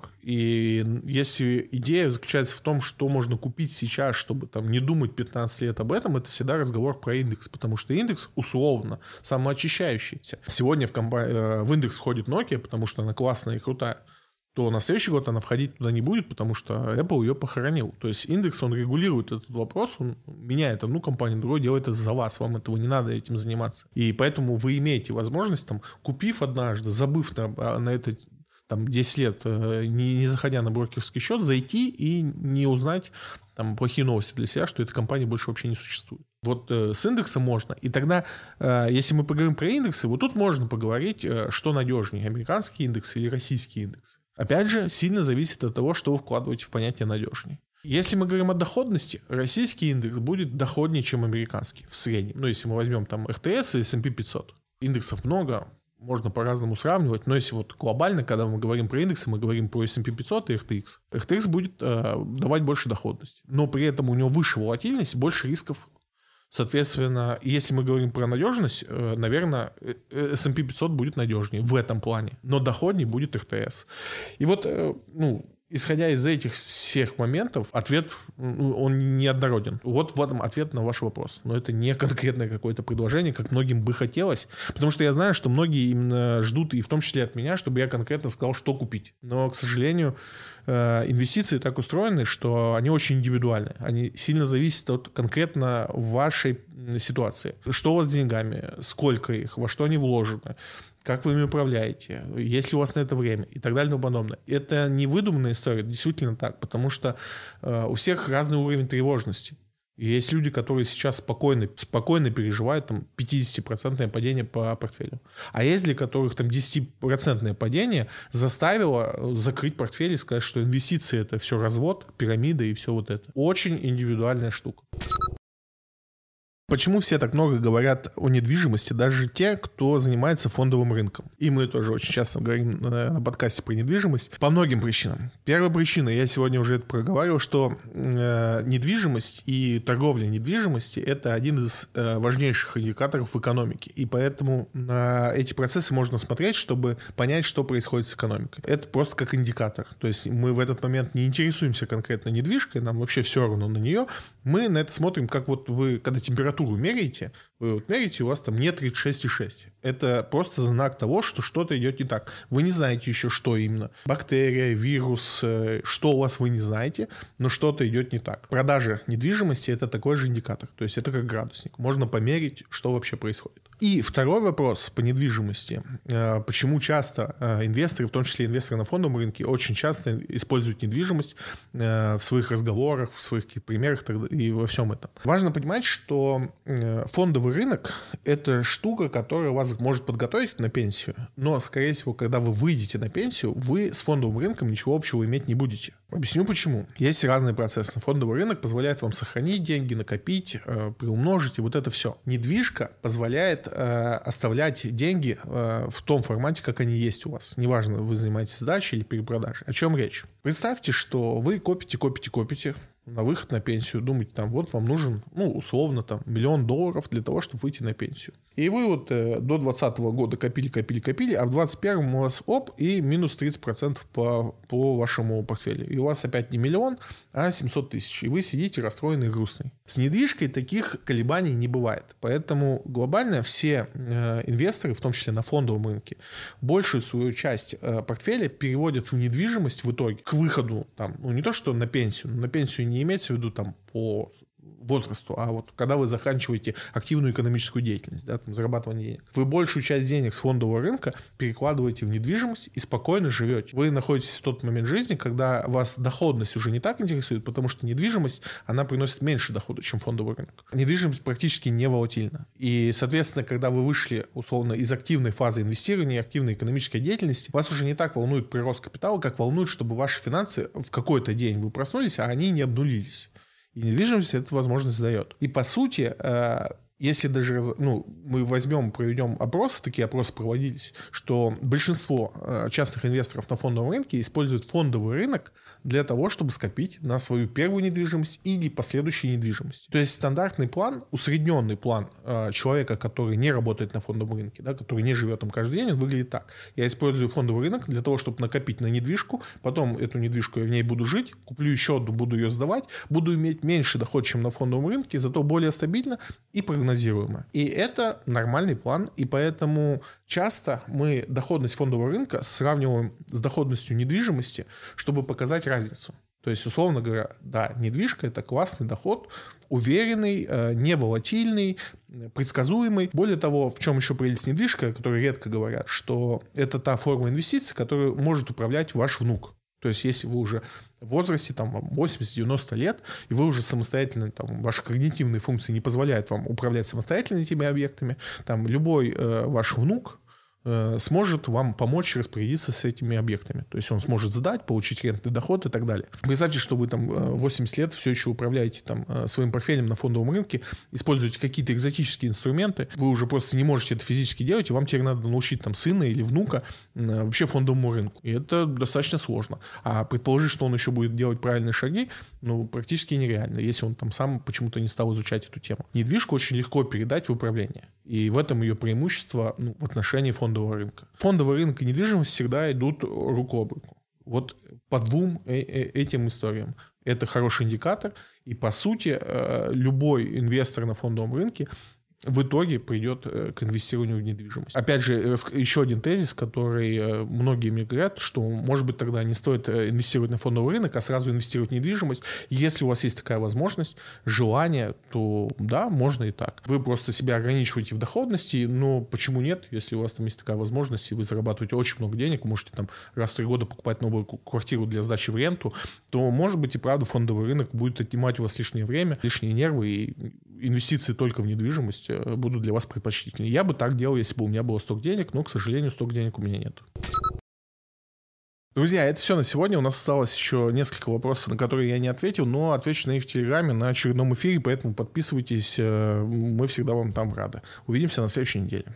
И если идея заключается в том, что можно купить сейчас, чтобы не думать 15 лет об этом, это всегда разговор про индекс. Потому что индекс условно самоочищающийся. Сегодня в индекс входит Nokia, потому что она классная и крутая. То на следующий год она входить туда не будет, потому что Apple ее похоронил. То есть индекс, он регулирует этот вопрос, он меняет одну компанию, другой делает это за вас, вам этого не надо этим заниматься. И поэтому вы имеете возможность, купив однажды, забыв на это 10 лет, не заходя на брокерский счет, зайти и не узнать плохие новости для себя, что эта компания больше вообще не существует. Вот с индексом можно. И тогда, если мы поговорим про индексы, вот тут можно поговорить, что надежнее, американский индекс или российский индекс. Опять же, сильно зависит от того, что вы вкладываете в понятие надежнее. Если мы говорим о доходности, российский индекс будет доходнее, чем американский в среднем. Если мы возьмем РТС и S&P 500. Индексов много, можно по-разному сравнивать, но если глобально, когда мы говорим про индексы, мы говорим про S&P 500 и RTX. RTX будет давать больше доходности, но при этом у него выше волатильность, больше рисков. Соответственно, если мы говорим про надежность, наверное, S&P 500 будет надежнее в этом плане, но доходнее будет РТС. И исходя из этих всех моментов, ответ, он неоднороден. Вот в этом ответ на ваш вопрос. Но это не конкретное какое-то предложение, как многим бы хотелось. Потому что я знаю, что многие именно ждут, и в том числе от меня, чтобы я конкретно сказал, что купить. Но, к сожалению, инвестиции так устроены, что они очень индивидуальны. Они сильно зависят от конкретно вашей ситуации. Что у вас с деньгами, сколько их, во что они вложены, как вы ими управляете, есть ли у вас на это время и так далее и тому подобное. Это не выдуманная история, это действительно так, потому что у всех разный уровень тревожности. И есть люди, которые сейчас спокойно переживают 50% падение по портфелю. А есть для которых 10% падение заставило закрыть портфель и сказать, что инвестиции это все развод, пирамида и все вот это. Очень индивидуальная штука. Почему все так много говорят о недвижимости, даже те, кто занимается фондовым рынком? И мы тоже очень часто говорим на подкасте про недвижимость по многим причинам. Первая причина, я сегодня уже это проговаривал, что недвижимость и торговля недвижимостью – это один из важнейших индикаторов в экономике. И поэтому на эти процессы можно смотреть, чтобы понять, что происходит с экономикой. Это просто как индикатор. То есть мы в этот момент не интересуемся конкретно недвижкой, нам вообще все равно на нее. Мы на это смотрим, как вы, когда температуру меряете, вы меряете, у вас нет 36,6. Это просто знак того, что что-то идет не так. Вы не знаете еще, что именно. Бактерия, вирус, что у вас вы не знаете, но что-то идет не так. Продажа недвижимости – это такой же индикатор. То есть это как градусник. Можно померить, что вообще происходит. И второй вопрос по недвижимости. Почему часто инвесторы, в том числе инвесторы на фондовом рынке, очень часто используют недвижимость в своих разговорах, в своих каких-то примерах и во всем этом. Важно понимать, что фондовый рынок – это штука, которая вас может подготовить на пенсию, но, скорее всего, когда вы выйдете на пенсию, вы с фондовым рынком ничего общего иметь не будете. Объясню почему. Есть разные процессы. Фондовый рынок позволяет вам сохранить деньги, накопить, приумножить, и вот это все. Недвижка позволяет оставлять деньги в том формате, как они есть у вас. Неважно, вы занимаетесь сдачей или перепродажей. О чем речь? Представьте, что вы копите на выход на пенсию. Думаете, там, вот вам нужен, условно, там, $1 миллион для того, чтобы выйти на пенсию. И вы вот до 2020 года копили, а в 2021 у вас и минус 30% по вашему портфелю. И у вас опять не 1 миллион, а 700 тысяч. И вы сидите расстроенный и грустный. С недвижкой таких колебаний не бывает. Поэтому глобально все инвесторы, в том числе на фондовом рынке, большую свою часть портфеля переводят в недвижимость в итоге к выходу, там, не то что на пенсию, но на пенсию не имеется в виду там по возрасту, а вот когда вы заканчиваете активную экономическую деятельность, да, там, зарабатывание денег, вы большую часть денег с фондового рынка перекладываете в недвижимость и спокойно живете. Вы находитесь в тот момент жизни, когда вас доходность уже не так интересует, потому что недвижимость, она приносит меньше дохода, чем фондовый рынок. Недвижимость практически не волатильна. И, соответственно, когда вы вышли, условно, из активной фазы инвестирования, активной экономической деятельности, вас уже не так волнует прирост капитала, как волнует, чтобы ваши финансы в какой-то день вы проснулись, а они не обнулились. И недвижимость эту возможность дает. И по сути, если даже мы проведем опросы, такие опросы проводились, что большинство частных инвесторов на фондовом рынке используют фондовый рынок для того, чтобы скопить на свою первую недвижимость или последующую недвижимость. То есть стандартный план, усредненный план человека, который не работает на фондовом рынке, да, который не живет там каждый день, он выглядит так. Я использую фондовый рынок для того, чтобы накопить на недвижку, потом эту недвижку я в ней буду жить, куплю еще одну, буду ее сдавать, буду иметь меньше доход, чем на фондовом рынке, зато более стабильно и прогнозируемо. И это нормальный план, и поэтому часто мы доходность фондового рынка сравниваем с доходностью недвижимости, чтобы показать разницу. То есть, условно говоря, да, недвижка – это классный доход, уверенный, не волатильный, предсказуемый. Более того, в чем еще прелесть недвижки, о которой редко говорят, что это та форма инвестиций, которую может управлять ваш внук. То есть, если вы уже в возрасте там, 80-90 лет, и вы уже самостоятельно, там, ваши когнитивные функции не позволяют вам управлять самостоятельно этими объектами, там, любой ваш внук сможет вам помочь распорядиться с этими объектами. То есть он сможет сдать, получить рентный доход и так далее. Представьте, что вы там 80 лет все еще управляете там своим портфелем на фондовом рынке, используете какие-то экзотические инструменты, вы уже просто не можете это физически делать, и вам теперь надо научить там сына или внука вообще фондовому рынку. И это достаточно сложно. А предположить, что он еще будет делать правильные шаги, практически нереально, если он там сам почему-то не стал изучать эту тему. Недвижку очень легко передать в управление. И в этом ее преимущество в отношении фондового рынка. Фондовый рынок и недвижимость всегда идут руку об руку. Вот по двум этим историям. Это хороший индикатор. И по сути, любой инвестор на фондовом рынке в итоге придет к инвестированию в недвижимость. Опять же, еще один тезис, который многие мне говорят, что, может быть, тогда не стоит инвестировать на фондовый рынок, а сразу инвестировать в недвижимость. Если у вас есть такая возможность, желание, то да, можно и так. Вы просто себя ограничиваете в доходности, но почему нет? Если у вас там есть такая возможность, и вы зарабатываете очень много денег, вы можете там раз в 3 года покупать новую квартиру для сдачи в ренту, то, может быть, и правда фондовый рынок будет отнимать у вас лишнее время, лишние нервы, и инвестиции только в недвижимость будут для вас предпочтительнее. Я бы так делал, если бы у меня было столько денег, но, к сожалению, столько денег у меня нет. Друзья, это все на сегодня. У нас осталось еще несколько вопросов, на которые я не ответил, но отвечу на них в Телеграме на очередном эфире, поэтому подписывайтесь. Мы всегда вам там рады. Увидимся на следующей неделе.